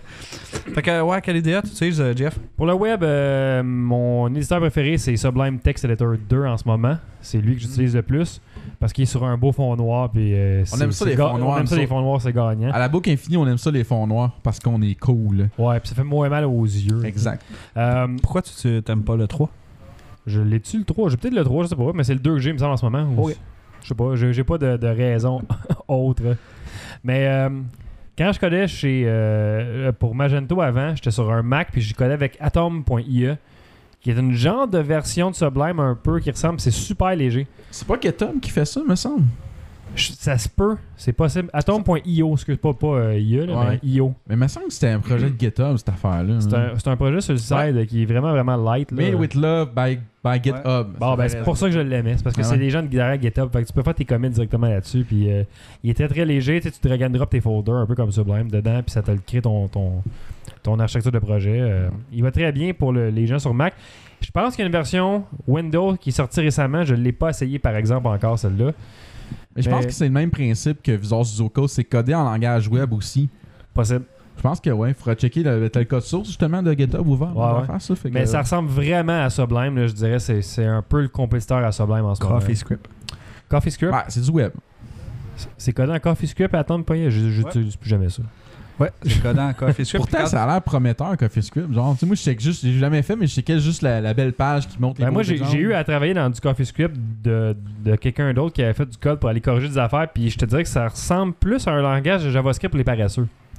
Fait que ouais, quelle idée tu utilises, euh, Jeff? Pour le web, euh, mon éditeur préféré, c'est Sublime Text Editor deux en ce moment. C'est lui que j'utilise le plus parce qu'il est sur un beau fond noir. Puis, euh, On c'est- aime ça, c'est les ga- fonds noirs, On aime ça, nous les autres. fonds noirs, c'est gagnant. À la boucle infinie, on aime ça les fonds noirs parce qu'on est cool. Ouais, puis ça fait moins mal aux yeux. Exact. Euh, Pourquoi tu tu t'aimes pas le trois? je l'ai-tu le trois? J'ai peut-être le trois, je sais pas, mais c'est le deux que j'ai, il me semble, en ce moment. ou- Ok. Je sais pas, j'ai j'ai pas de, de raison autre. Mais euh, quand je codais chez, euh, pour Magento avant, j'étais sur un Mac, puis je codais avec Atom point I E, qui est une genre de version de Sublime un peu qui ressemble, c'est super léger. C'est pas GitHub qui fait ça, me semble. Je- ça se peut, c'est possible. Atom point I O, excuse pas, pas euh, I E, là, Ouais. mais I O. Mais il me semble que c'était un projet de GitHub, cette affaire-là. C'est hein. un, c'est un projet sur le side Ouais. qui est vraiment, vraiment light. Là. Made with love by, by GitHub. Bon, ben, c'est pour ça que je l'aimais. C'est parce que Ah c'est ouais. des gens de derrière GitHub. Fait que tu peux faire tes commits directement là-dessus. Puis euh, il était très léger. Tu sais, tu drag and drop tes folders un peu comme Sublime dedans. Puis ça te le crée ton, ton, ton architecture de projet. Euh, il va très bien pour le- les gens sur Mac. Je pense qu'il y a une version Windows qui est sortie récemment. Je ne l'ai pas essayé, par exemple, encore celle-là. Mais je Mais- pense que c'est le même principe que Visual Studio Code. C'est codé en langage web aussi. Possible. Je pense que ouais, il faudra checker le, t'as le code source justement de GitHub ouvert. Ouais, on va ouais. faire ça. Fait Mais que- ça ressemble vraiment à Sublime. Là, je dirais c'est c'est un peu le compétiteur à Sublime en ce moment. CoffeeScript. CoffeeScript. Ouais, c'est du web. C'est codé en CoffeeScript à Atom point I E. Je n'utilise plus jamais ça. Ouais, c'est codé en CoffeeScript. Pourtant, Quand- ça a l'air prometteur, CoffeeScript. Genre, tu sais, moi, je sais que juste, j'ai jamais fait, mais je sais que juste la, la belle page qui montre les Ben moi, beaux j'ai exemples. j'ai eu à travailler dans du CoffeeScript de, de quelqu'un d'autre qui avait fait du code pour aller corriger des affaires. Puis je te dirais que ça ressemble plus à un langage de JavaScript pour les paresseux.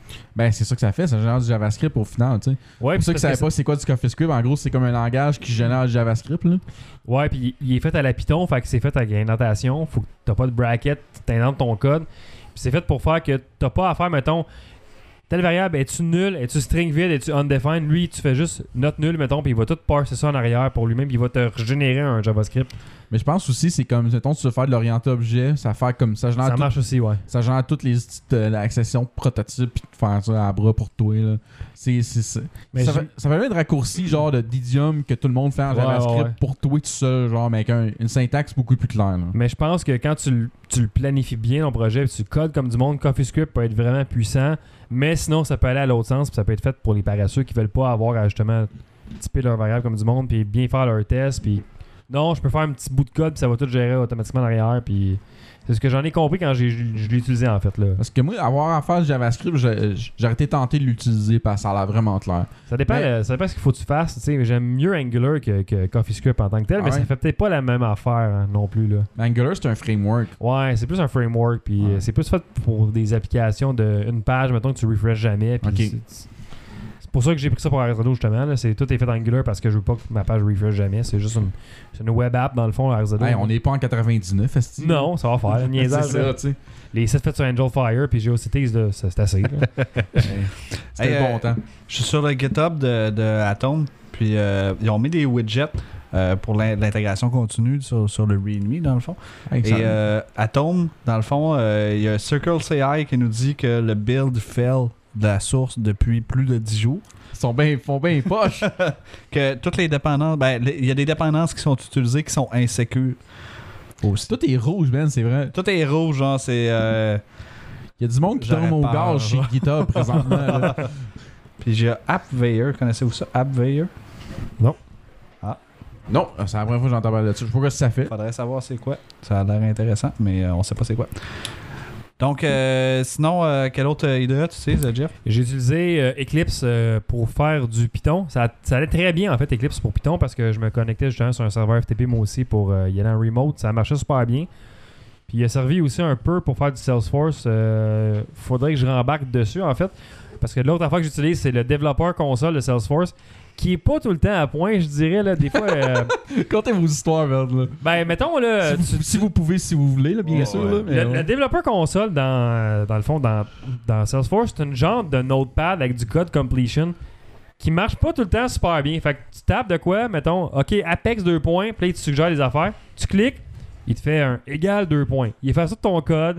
Ben, c'est ça que ça fait, ça génère du JavaScript au final, tu sais. Ouais, Pour ceux qui parce ne savaient pas c'est quoi du CoffeeScript, en gros, c'est comme un langage qui génère du JavaScript, là. Ouais, puis il est fait à la Python, fait que c'est fait avec une indentation. Faut que t'as pas de bracket, t'indentes ton code. Puis c'est fait pour faire que t'as pas à faire, mettons, telle variable, es-tu nul, es-tu string vide, es-tu undefined. Lui, tu fais juste not nul, mettons, puis il va tout parser ça en arrière pour lui-même, puis il va te régénérer un JavaScript. Mais je pense aussi, c'est comme, mettons, tu veux faire de l'orienté objet, ça fait comme ça. Génère Ça tout- marche aussi, ouais. Ça génère toutes les petites euh, accessions prototypes, puis de faire ça à bras pour toi, là. C'est, c'est, c'est- Mais ça, j'ai- fait, ça fait même de raccourci, genre, de, d'idiome que tout le monde fait en Ouais, JavaScript ouais, ouais. pour toi tout seul, genre, mais avec un- une syntaxe beaucoup plus claire, là. Mais je pense que quand tu, le- tu le planifies bien, ton projet, puis tu codes comme du monde, CoffeeScript peut être vraiment puissant, mais sinon, ça peut aller à l'autre sens, puis ça peut être fait pour les paresseux qui veulent pas avoir à justement typer leur variable comme du monde, puis bien faire leur test, puis non, je peux faire un petit bout de code, puis ça va tout gérer automatiquement en arrière, puis c'est ce que j'en ai compris quand j'ai, je l'ai utilisé en fait, là. Parce que moi, avoir à faire du JavaScript, j'ai, j'aurais été tenté de l'utiliser parce que ça a l'air vraiment clair. Ça dépend, Mais- euh, ça dépend ce qu'il faut que tu fasses. Tu sais, j'aime mieux Angular que, que CoffeeScript en tant que tel, Ah mais ouais? ça fait peut-être pas la même affaire hein, non plus. Là. Angular, c'est un framework. Ouais, c'est plus un framework, puis Ouais. euh, c'est plus fait pour des applications d'une page, mettons que tu refresh jamais. Puis Ok. c'est, c'est pour ça que j'ai pris ça pour RZO justement. Là. C'est, tout est fait en Angular parce que je veux pas que ma page refresh jamais. C'est juste une, c'est une web app dans le fond, RZO. Hey, on n'est pas en quatre-vingt-dix-neuf, est-ce Non, ça va faire. le niaisage, c'est là. ça, tu sais. Les sites faits sur Angel Fire puis GeoCities, là, ça, c'est assez. Là. C'était Hey, le bon euh, temps. Je suis sur le GitHub de, de Atom, puis euh, ils ont mis des widgets euh, pour l'in- l'intégration continue sur, sur le README, dans le fond. Hey, Et ça- euh, Atom, dans le fond, euh, il y a Circle C I qui nous dit que le build fail de la source depuis plus de dix jours. Ils sont bien, font bien poche. Que toutes les dépendances, ben, les- il y a des dépendances qui sont utilisées qui sont insécures aussi. Tout est rouge, Ben, c'est vrai. Tout est rouge, genre, c'est. euh, Il y a du monde qui J'aurais tombe au peur, gaz chez genre. GitHub présentement. là. Puis j'ai AppVeyor, connaissez-vous ça? AppVeyor? Non, c'est la première fois que j'entends parler de ça. Je sais pas ce que ça fait. Faudrait savoir c'est quoi. Ça a l'air intéressant, mais euh, on sait pas c'est quoi. Donc, euh, sinon, euh, quelle autre euh, idée tu sais, Jeff? J'ai utilisé euh, Eclipse euh, pour faire du Python. Ça, ça allait très bien en fait, Eclipse pour Python, parce que je me connectais justement sur un serveur F T P moi aussi pour euh, y aller en remote. Ça marchait super bien. Puis il a servi aussi un peu pour faire du Salesforce. Euh, faudrait que je rembarque dessus en fait. Parce que l'autre affaire que j'utilise, c'est le développeur console de Salesforce, qui est pas tout le temps à point, je dirais. Là, des fois, euh, Contez vos histoires, merde, là. ben mettons là. si, vous, tu- si vous pouvez, si vous voulez, là, bien Oh, sûr. ouais. Là, mais Le, ouais. le développeur console, dans, euh, dans le fond, dans, dans Salesforce, c'est une genre de notepad avec du code completion qui marche pas tout le temps super bien. Fait que tu tapes de quoi, mettons, OK, Apex deux points, puis là, tu suggères des affaires, tu cliques, il te fait un égal deux points. Il efface tout ton code.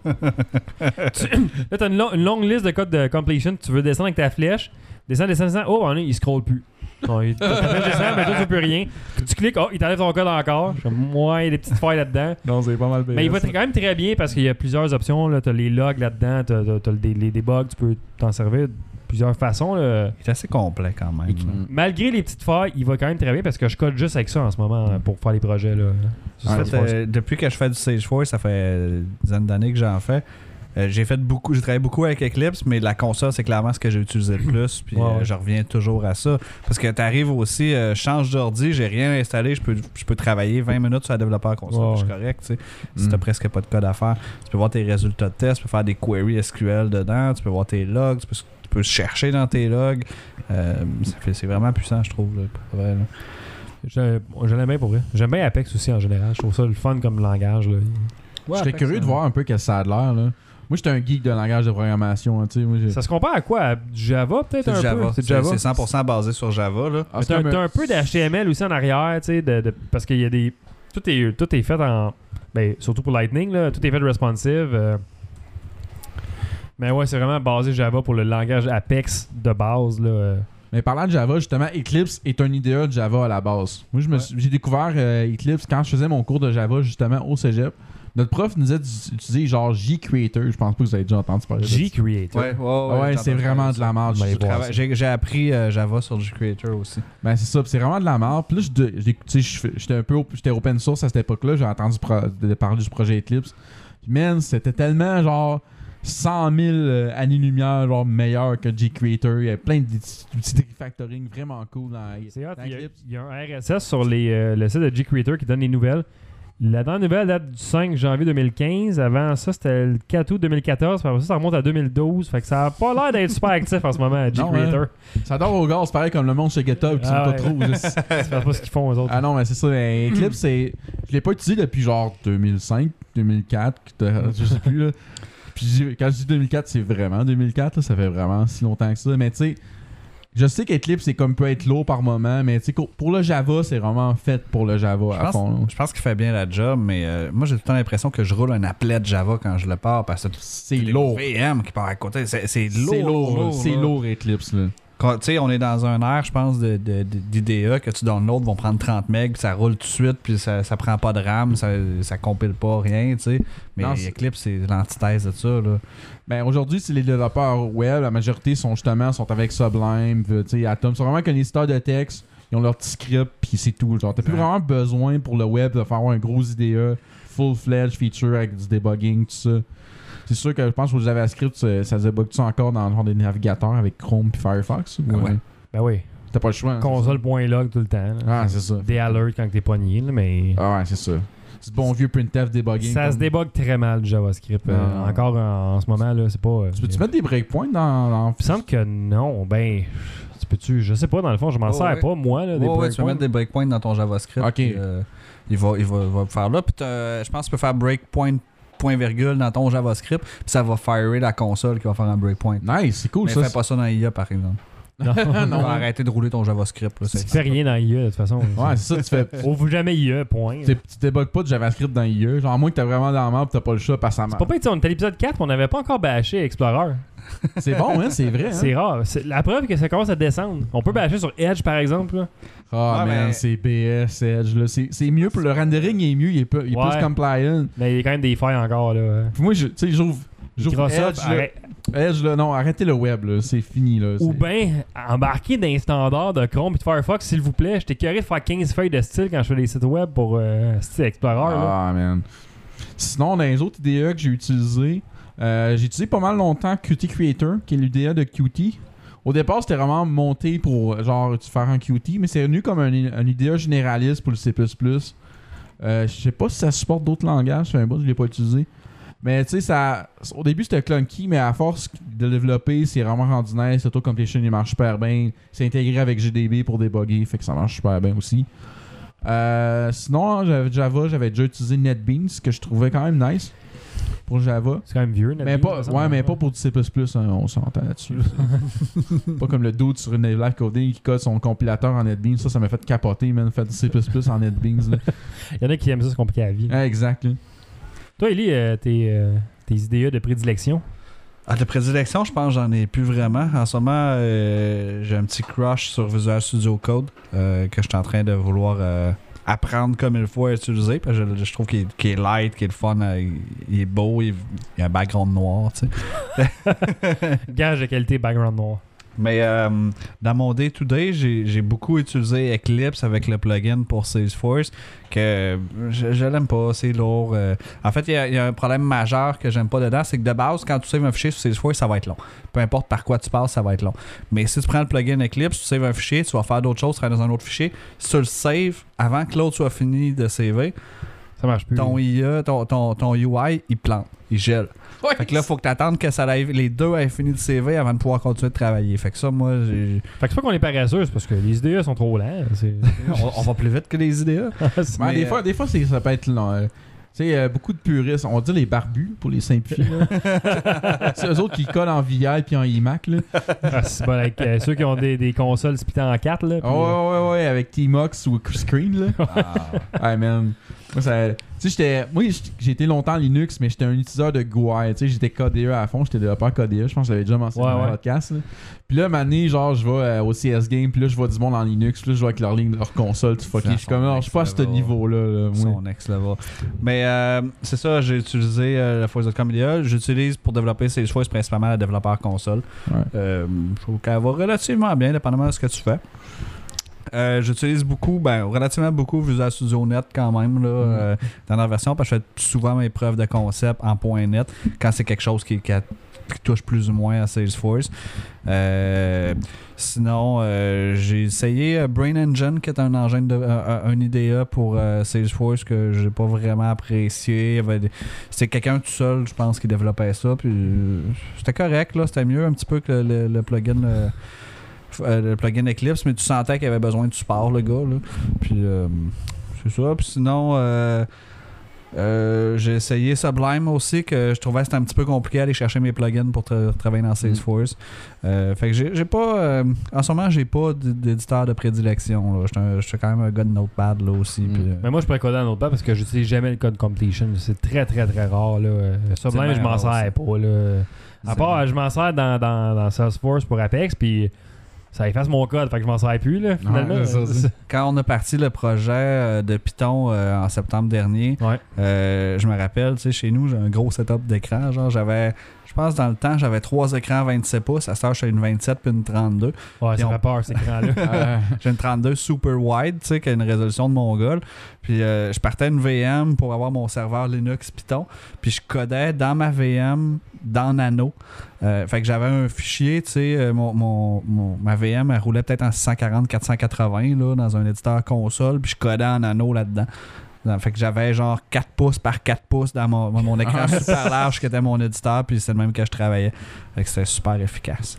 Tu- là, tu as une, lo- une longue liste de codes de completion. Tu veux descendre avec ta flèche. Descends, descends, descends. Oh, on est, il scrolle plus. Bon, il, ta flèche descend, mais toi, tu veux plus rien. Tu cliques, oh, il t'enlève ton code encore. Je suis comme, ouais, il y a des petites failles là-dedans. Non, c'est pas mal payé. Mais il va ça. quand même très bien parce qu'il y a plusieurs options. Tu as les logs là-dedans, tu as, les debugs, tu peux t'en servir de plusieurs façons. Là. Il est assez complet quand même. Et- là. Malgré les petites failles, il va quand même très bien parce que je code juste avec ça en ce moment euh, pour faire les projets. Là, sur En fait, Salesforce. euh, depuis que je fais du Salesforce, ça fait une dizaine d'années que j'en fais. Euh, j'ai fait beaucoup, j'ai travaillé beaucoup avec Eclipse, mais la console, c'est clairement ce que j'ai utilisé le plus. Puis Ouais, euh, ouais. je reviens toujours à ça. Parce que tu arrives aussi, euh, change d'ordi, j'ai rien installé, je peux, je peux travailler vingt minutes sur la développeur console. Ouais, Je suis ouais. correct, tu sais. Si Mm. t'as presque pas de code à faire, tu peux voir tes résultats de test, tu peux faire des queries S Q L dedans, tu peux voir tes logs, tu peux, tu peux chercher dans tes logs. Euh, ça fait- c'est vraiment puissant, je trouve. Là, pour vrai, là. Je, je l'aime bien pour vrai. J'aime bien Apex aussi en général. Je trouve ça le fun comme langage. Là. Je serais curieux de voir un peu quel ça a de l'air, là. Moi, j'étais un geek de langage de programmation, hein, tu sais. Moi, j'ai... Ça se compare à quoi? À du Java peut-être C'est un du Java. peu? C'est du C'est Java. c'est cent pour cent basé sur Java. Là. Ah, Mais c'est t'as, comme t'as un- un peu d'H T M L aussi en arrière, tu sais, de, de- parce qu'il y a des... Tout est, tout est fait en... Ben, surtout pour Lightning, là, tout est fait responsive. euh. Mais ouais, c'est vraiment basé Java pour le langage Apex de base, là. euh. Mais parlant de Java, justement, Eclipse est un I D E de Java à la base. Moi, je me Ouais. suis- j'ai découvert euh, Eclipse quand je faisais mon cours de Java, justement, au cégep. Notre prof nous disait d'utiliser genre G-Creator. Je pense pas que vous avez déjà entendu parler de ça. G-Creator. Ouais, ouais, Ah ouais, j'ai c'est entendu vraiment parler de la merde. Ben, Je- les voir Trava- ça. J'ai j'ai appris euh, Java sur du Creator aussi. Ben c'est ça, puis c'est vraiment de la merde. Puis là, je de- j'ai- tu sais, je fais- j'étais un peu op- j'étais open source à cette époque-là, j'ai entendu pro- de parler du projet Eclipse. Puis man, c'était tellement genre cent mille euh, années-lumière genre meilleur que G-Creator. Il y a plein d'outils de refactoring vraiment cool dans, C'est hot, dans il y, a, Eclipse. il y a un R S S sur les, euh, le site de G-Creator qui donne les nouvelles. La dernière nouvelle date du cinq janvier deux mille quinze. Avant ça, c'était le quatre août deux mille quatorze. Puis après ça, ça remonte à deux mille douze. Fait que ça a pas l'air d'être super actif en ce moment, G-Creator. Hein? Ça dort au gaz, pareil comme le monde chez GitHub qui Ah sont ouais. pas trop. C'est pas ce qu'ils font, eux autres. Ah non, mais c'est ça. Mais Eclipse, c'est... je l'ai pas utilisé depuis genre deux mille cinq, deux mille quatre, je sais plus. Là. Puis quand je dis deux mille quatre, c'est vraiment deux mille quatre. Là, ça fait vraiment si longtemps que ça. Mais tu sais, je sais qu'Eclipse, c'est comme peut être lourd par moment. Mais tu sais, pour le Java, c'est vraiment fait pour le Java Je à pense, fond. je pense qu'il fait bien la job, mais euh, moi j'ai tout le temps l'impression que je roule un applet de Java quand je le pars parce que C'est lourd. V M qui part à côté. C'est, c'est lourd. C'est lourd. lourd, C'est là. lourd, Eclipse. Là. Quand, tu sais, on est dans un air, je pense, de, de, de, d'I D E que tu downloads vont prendre trente mégas, puis ça roule tout de suite, puis ça, ça prend pas de RAM, ça, ça compile pas, rien, tu sais. Mais Non, c'est- Eclipse, c'est l'antithèse de ça, là. Ben aujourd'hui, c'est les développeurs web, la majorité sont justement sont avec Sublime, tu sais, Atom. C'est vraiment qu'un éditeur de texte, ils ont leur petit script, puis c'est tout. Genre, t'as plus Ouais. vraiment besoin pour le web de faire avoir un gros I D E, full-fledged feature avec du debugging, tout ça. C'est sûr que je pense que le JavaScript, ça, ça se débug ça encore dans le genre des navigateurs avec Chrome puis Firefox. Ah ouais. Ben oui. T'as pas le choix. hein, Console.log tout le temps. là. Ah, c'est ça. Des alerts quand t'es pogné, là, mais. Ah ouais, c'est ça. C'est du bon vieux printf debugging. Ça comme- se débug très mal du JavaScript. Euh, Ah. encore en, en ce moment, là, c'est pas. euh, Tu peux-tu mettre des breakpoints dans... dans... Il me semble que non. Ben. Tu peux-tu. Je sais pas, dans le fond, je m'en Oh, sers ouais. pas, moi, là, des Ouais, ouais, tu peux breakpoints. mettre des breakpoints dans ton JavaScript. Ok. puis, euh, il va, il va, il va faire là. Puis t'as- je pense que tu peux faire breakpoint, point virgule dans ton JavaScript, puis ça va firer la console qui va faire un breakpoint. Nice, c'est cool Mais ça. fais pas ça dans I A, par exemple. Non, Tu Non. vas arrêter de rouler ton JavaScript. Là, Tu c'est- fais rien dans I A, de toute façon. Ouais, c'est ça, tu fais... Ouvre jamais I A, point. Tu tu débugs pas de JavaScript dans I E. Genre, à moins que t'as vraiment dans la map, t'as pas le choix parce que ça C'est marche. pas pire, on était à l'épisode quatre, on n'avait pas encore bâché Explorer. C'est bon, hein, c'est vrai. Hein? C'est rare. C'est la preuve que ça commence à descendre. On peut bâcher sur Edge, par exemple. Là. Ah, Ouais, man, mais- c'est B S, Edge. Là. C'est, c'est mieux pour le rendering, il est mieux, il est, peu- il est Ouais. plus compliant. Mais il y a quand même des failles encore. Là. Puis moi, je- tu sais, j'ouvre, j'ouvre Microsoft, Edge, là. arrête- Edge, là, non, arrêtez le web, là, c'est fini. Là, Ou c'est- bien embarquer dans les standards de Chrome et de Firefox, s'il vous plaît. J'étais curieux de faire quinze feuilles de style quand je fais des sites web pour euh, style Explorer. là. Ah, man. Sinon, dans les autres I D E que j'ai utilisés, euh, j'ai utilisé pas mal longtemps Qt Creator, qui est l'I D E de Qt. Au départ, c'était vraiment monté pour genre tu faire un Qt, mais c'est venu comme un, un I D E généraliste pour le C plus plus. Euh, je sais pas si ça supporte d'autres langages, c'est un bout, je l'ai pas utilisé. Mais tu sais, ça, au début c'était clunky, mais à force de développer, c'est vraiment rendu nice. Auto Completion, il marche super bien. C'est intégré avec G D B pour débugger, fait que ça marche super bien aussi. Euh, sinon, j'avais Java, j'avais déjà utilisé NetBeans, que je trouvais quand même nice pour Java. C'est quand même vieux. Mais pas, ouais, mais pas pour du C plus plus, hein, on s'entend là-dessus. Pas comme le dude sur une live coding qui code son compilateur en NetBeans. Ça, ça m'a fait capoter, man. Faire du C plus plus en NetBeans. Là. Il y en a qui aiment ça se compliquer la vie. Ouais, exact. Là. Toi, Eli, euh, tes, euh, tes I D E de prédilection. Ah, de prédilection, je pense que j'en ai plus vraiment. En ce moment, euh, j'ai un petit crush sur Visual Studio Code euh, que je suis en train de vouloir euh, apprendre comme il faut à utiliser. Parce que je, je trouve qu'il est, qu'il est light, qu'il est le fun, euh, il, il est beau, il, il a un background noir. Tu sais. Gage de qualité background noir. Mais euh, dans mon day-to-day, j'ai, j'ai beaucoup utilisé Eclipse avec le plugin pour Salesforce que je, je l'aime pas, c'est lourd. Euh, en fait, il y, a- il y a un problème majeur que j'aime pas dedans, c'est que de base, quand tu saves un fichier sur Salesforce, ça va être long. Peu importe par quoi tu passes, ça va être long. Mais si tu prends le plugin Eclipse, tu saves un fichier, tu vas faire d'autres choses, tu seras dans un autre fichier. Si tu le saves avant que l'autre soit fini de saver, Ça marche plus. ton I A, ton, ton, ton U I, il plante, il gèle. Fait que là, faut que tu attendes que ça aille- les deux aient fini de C V avant de pouvoir continuer de travailler. Fait que ça, moi, j'ai... Fait que c'est pas qu'on est paresseux, c'est parce que les I D E sont trop lents. C'est... on, on va plus vite que les I D A. Ben, Mais, des, euh, fois, des fois, c'est- ça peut être long. euh, Tu sais, euh, beaucoup de puristes, on va dire les barbus pour les simplifier. là. C'est eux autres qui collent en V I puis en iMac. Là. Ah, c'est bon, avec euh, ceux qui ont des, des consoles splittées en quatre. Là, puis, Oh, ouais, ouais, ouais, avec T-Mox ou Screen. Là. Ah. Hey man. Moi, ça, tu sais, j'étais, moi, j'ai été longtemps Linux, mais j'étais un utilisateur de G U I. Tu sais, j'étais K D E à fond, j'étais développeur K D E. Je pense que j'avais déjà mentionné Ouais, dans le ouais. podcast. Là. Puis là, année, genre, je vais euh, au C S Game, puis là, je vois du monde en Linux, puis là, je vois avec leur ligne, leur console, tu fucké. Ça, Je suis comme, son non, je suis pas à next ce level. niveau-là. Là, moi. Son next level. Mais euh, c'est ça, j'ai utilisé euh, la Force comme idéal. J'utilise pour développer Salesforce principalement la développeur console. Ouais. Euh, je trouve qu'elle va relativement bien, dépendamment de ce que tu fais. Euh, j'utilise beaucoup, ben relativement beaucoup Visual Studio Net quand même là, euh, dans la version parce que je fais souvent mes preuves de concept en point .net quand c'est quelque chose qui, qui, a- qui touchent plus ou moins à Salesforce. Euh, sinon, euh, j'ai essayé Brain Engine, qui est un engin de, un, un I D E pour euh, Salesforce que j'ai pas vraiment apprécié. Des... C'était quelqu'un tout seul, je pense, qui développait ça. Puis euh, c'était correct, là, c'était mieux un petit peu que le, le plugin. Le, le plugin Eclipse, mais tu sentais qu'il avait besoin de support, le gars. Là. Puis euh, c'est ça. Puis sinon, euh, euh, j'ai essayé Sublime aussi, que je trouvais que c'était un petit peu compliqué d'aller chercher mes plugins pour tra- travailler dans Salesforce. Mm. Euh, fait que j'ai, j'ai pas. Euh, en ce moment, j'ai pas d'éditeur de prédilection. Je suis quand même un gars de Notepad là aussi. Mm. Puis, euh... Mais moi, je pourrais coder en Notepad parce que j'utilise jamais le code completion. C'est très, très, très rare. Là. Sublime, je m'en sers pas. Là. À part, bien. je m'en sers dans, dans, dans Salesforce pour Apex, puis ça efface mon code, fait que je m'en sers plus, là, finalement. Ouais, ça, ça. Quand on a parti le projet euh, de Python euh, en septembre dernier, ouais. euh, je me rappelle, tu sais, chez nous, j'ai un gros setup d'écran. Genre, j'avais, je pense, dans le temps, j'avais trois écrans vingt-sept pouces. À ce temps, j'ai une vingt-sept puis une trente-deux. Ouais, ça on... fait peur, cet écran-là. euh, j'ai une trente-deux super wide, tu sais, qui a une résolution de mongol. Puis euh, je partais une V M pour avoir mon serveur Linux Python. Puis je codais dans ma V M, dans Nano. Euh, fait que j'avais un fichier, tu sais, euh, mon, mon, mon, ma V M, elle roulait peut-être en six cent quarante quatre cent quatre-vingts là, dans un éditeur console, puis je codais en Nano là-dedans. Fait que j'avais genre quatre pouces par quatre pouces dans mon, mon écran super large qui était mon éditeur, puis c'est le même que je travaillais. Fait que c'était super efficace.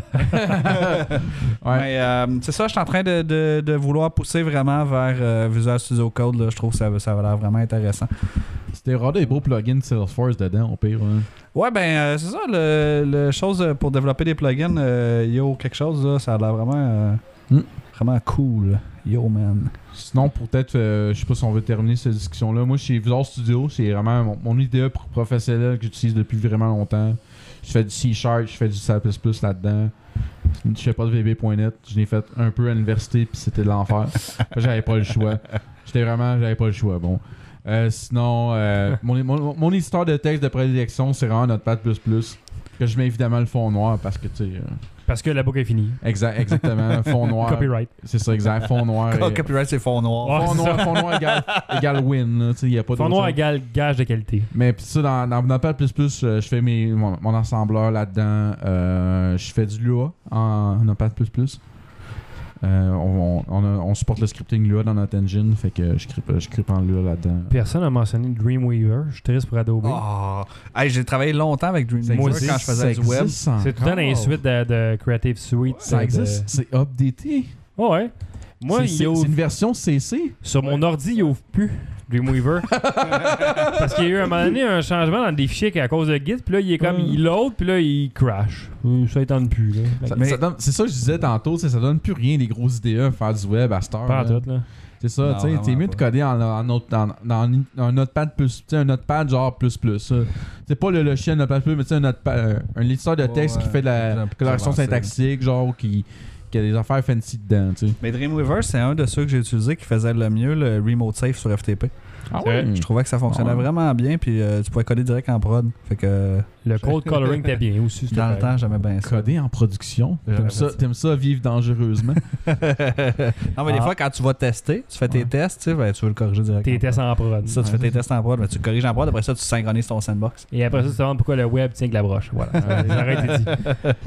ouais. Mais euh, c'est ça, je suis en train de, de, de vouloir pousser vraiment vers euh, Visual Studio Code. Là. Je trouve que ça, ça a l'air vraiment intéressant. C'était rare des beaux plugins Salesforce dedans, au pire. Hein. Ouais, ben euh, c'est ça, le, le chose pour développer des plugins, euh, yo, quelque chose, là, ça a l'air vraiment, euh, mm. vraiment cool. Yo, man. Sinon, peut-être, euh, je sais pas si on veut terminer cette discussion-là. Moi, chez Visual Studio, c'est vraiment mon, mon I D E professionnel que j'utilise depuis vraiment longtemps. Je fais du C Sharp, je fais du C plus plus là-dedans. Je fais pas de V B point net. Je l'ai fait un peu à l'université, puis c'était de l'enfer. J'avais pas le choix. J'étais vraiment, j'avais pas le choix. Bon. Euh, sinon, euh, mon, mon, mon éditeur de texte de prédilection, c'est vraiment Notepad plus plus. Que je mets évidemment le fond noir parce que, tu sais... Euh, parce que la boucle est finie. Exact, exactement. Fond noir. Copyright. C'est ça, exact. Fond noir. Et... Copyright, c'est fond noir. Ouais, fond, noir fond noir égale, égale win. Là, y a pas fond noir chose. égale gage de qualité. Mais pis ça, dans, dans Notepad plus plus, euh, je fais mes, mon, mon assembleur là-dedans. Euh, je fais du Lua en Notepad plus plus. Euh, on, on, a, on supporte le scripting Lua dans notre engine, fait que je script, je script en Lua là-dedans. Personne n'a mentionné Dreamweaver. Je suis triste pour Adobe. Oh. Hey, j'ai travaillé longtemps avec Dreamweaver Moi aussi, quand je faisais du web. C'est tout le temps dans les suites de, de Creative Suite. Ça existe? De... C'est updaté? Oh ouais. Moi, c'est, ouvre... c'est une version C C? Sur mon ordi, il ouvre plus Dreamweaver. Parce qu'il y a eu à un moment donné un changement dans des fichiers à cause de Git, puis là, il est comme, euh... il load, puis là, il crash. Ça étend plus. Là. Ça, mais... ça donne, c'est ça que je disais tantôt, ça donne plus rien, les grosses idées à faire du web à cette heure. Pas en tout, là. C'est ça, tu sais, t'es mieux pas. de coder en, en, en, dans, dans un notepad plus, tu sais, un notepad genre plus plus. C'est pas le logiciel notepad plus, mais tu sais, un notepad, un éditeur de texte oh, ouais. qui fait de la correction syntaxique, genre, qui... qu'il y a des affaires fancy dedans, tu sais. Mais Dreamweaver, c'est un de ceux que j'ai utilisé qui faisait le mieux le remote safe sur F T P. Ah ouais? Je trouvais que ça fonctionnait ah ouais. vraiment bien, puis euh, tu pouvais coder direct en prod. Fait que le code coloring était bien aussi. Dans le temps, j'aimais bien ça. Coder en production. T'aimes ça, t'aimes ça vivre dangereusement. Non, mais ah. des fois, quand tu vas tester, tu fais tes ouais. tests, tu sais, ben, tu veux le corriger directement. Tes tests en prod. Ça, tu ouais. fais tes tests en prod, ben, tu le corriges en prod, après ça, tu synchronises ton sandbox. Et après ça, tu te demandes pourquoi le web tient que la broche. Voilà. J'arrête de dire.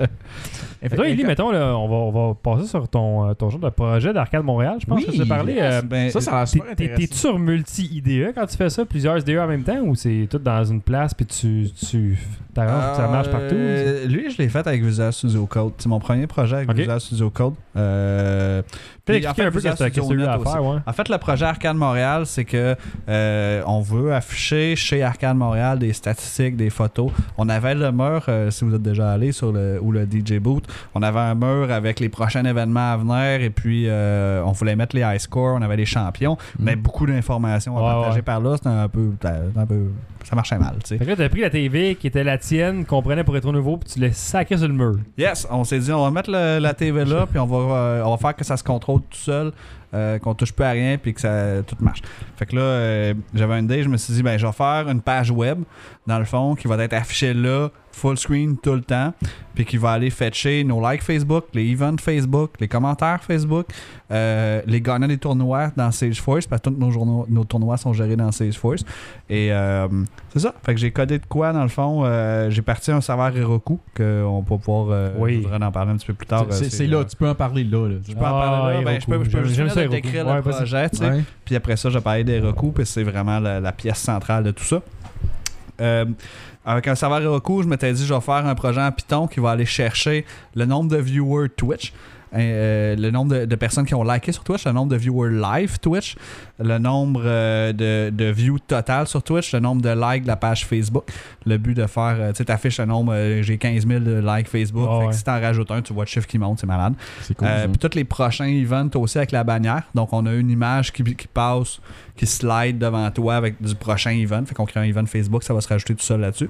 Et toi, Élie, mettons, là, on, va, on va passer sur ton, ton genre de projet d'Arcade Montréal. Je pense oui, que tu as parlé. Yes, euh, ben, ça, ça a l'air super intéressant. T'es-tu sur multi-I D E quand tu fais ça, plusieurs I D E en même temps, ou c'est tout dans une place puis tu, tu t'arranges, ça marche partout? Euh, lui, je l'ai fait avec Visual Studio Code. C'est mon premier projet avec okay. Visual Studio Code. Euh, Puis expliquer un peu qu'est-ce que tu as eu à faire. Ouais. En fait, le projet Arcade Montréal, c'est que euh, on veut afficher chez Arcade Montréal des statistiques, des photos. On avait le mur, euh, si vous êtes déjà allé sur le ou le D J Boot, on avait un mur avec les prochains événements à venir et puis euh, on voulait mettre les high scores, on avait les champions, mm. mais beaucoup d'informations à ouais, partager ouais. par là, c'était un peu, un peu, ça marchait mal. T'sais. Fait que là, t'as pris la T V qui était la tienne, qu'on prenait pour Rétro Nouveau, puis tu l'as sacré sur le mur. Yes, on s'est dit, on va mettre le, la T V là, puis on va, euh, on va faire que ça se contrôle tout seul. euh, qu'on touche plus à rien, puis que ça tout marche. Fait que là, euh, j'avais une idée, je me suis dit, ben, je vais faire une page web, dans le fond, qui va être affichée là, full screen tout le temps, puis qui va aller fetcher nos likes Facebook, les events Facebook, les commentaires Facebook, euh, les gagnants des tournois dans Salesforce, parce que tous nos, journaux, nos tournois sont gérés dans Salesforce. Et euh, c'est ça. Fait que j'ai codé de quoi, dans le fond. Euh, j'ai parti un serveur Heroku, qu'on peut pouvoir euh, oui. je voudrais en parler un petit peu plus tard. C'est, c'est, c'est là, euh, tu peux en parler là. là. Je peux en parler là. Ben, je peux, je peux juste de décrire ouais, le projet, tu sais. Ouais. Puis après ça, j'ai parlé d'Heroku, puis c'est vraiment la, la pièce centrale de tout ça. Euh, avec un serveur Heroku, je m'étais dit je vais faire un projet en Python qui va aller chercher le nombre de viewers Twitch, euh, le nombre de, de personnes qui ont liké sur Twitch, le nombre de viewers live Twitch, le nombre euh, de, de views total sur Twitch, le nombre de likes de la page Facebook. Le but de faire, euh, tu sais, t'affiches le nombre, euh, j'ai quinze mille de likes Facebook, oh, fait ouais. que si t'en rajoutes un, tu vois le chiffre qui monte, c'est malade. C'est cool. Euh, puis tous les prochains events aussi avec la bannière. Donc on a une image qui, qui passe, qui slide devant toi avec du prochain event. Fait qu'on crée un event Facebook, ça va se rajouter tout seul là-dessus.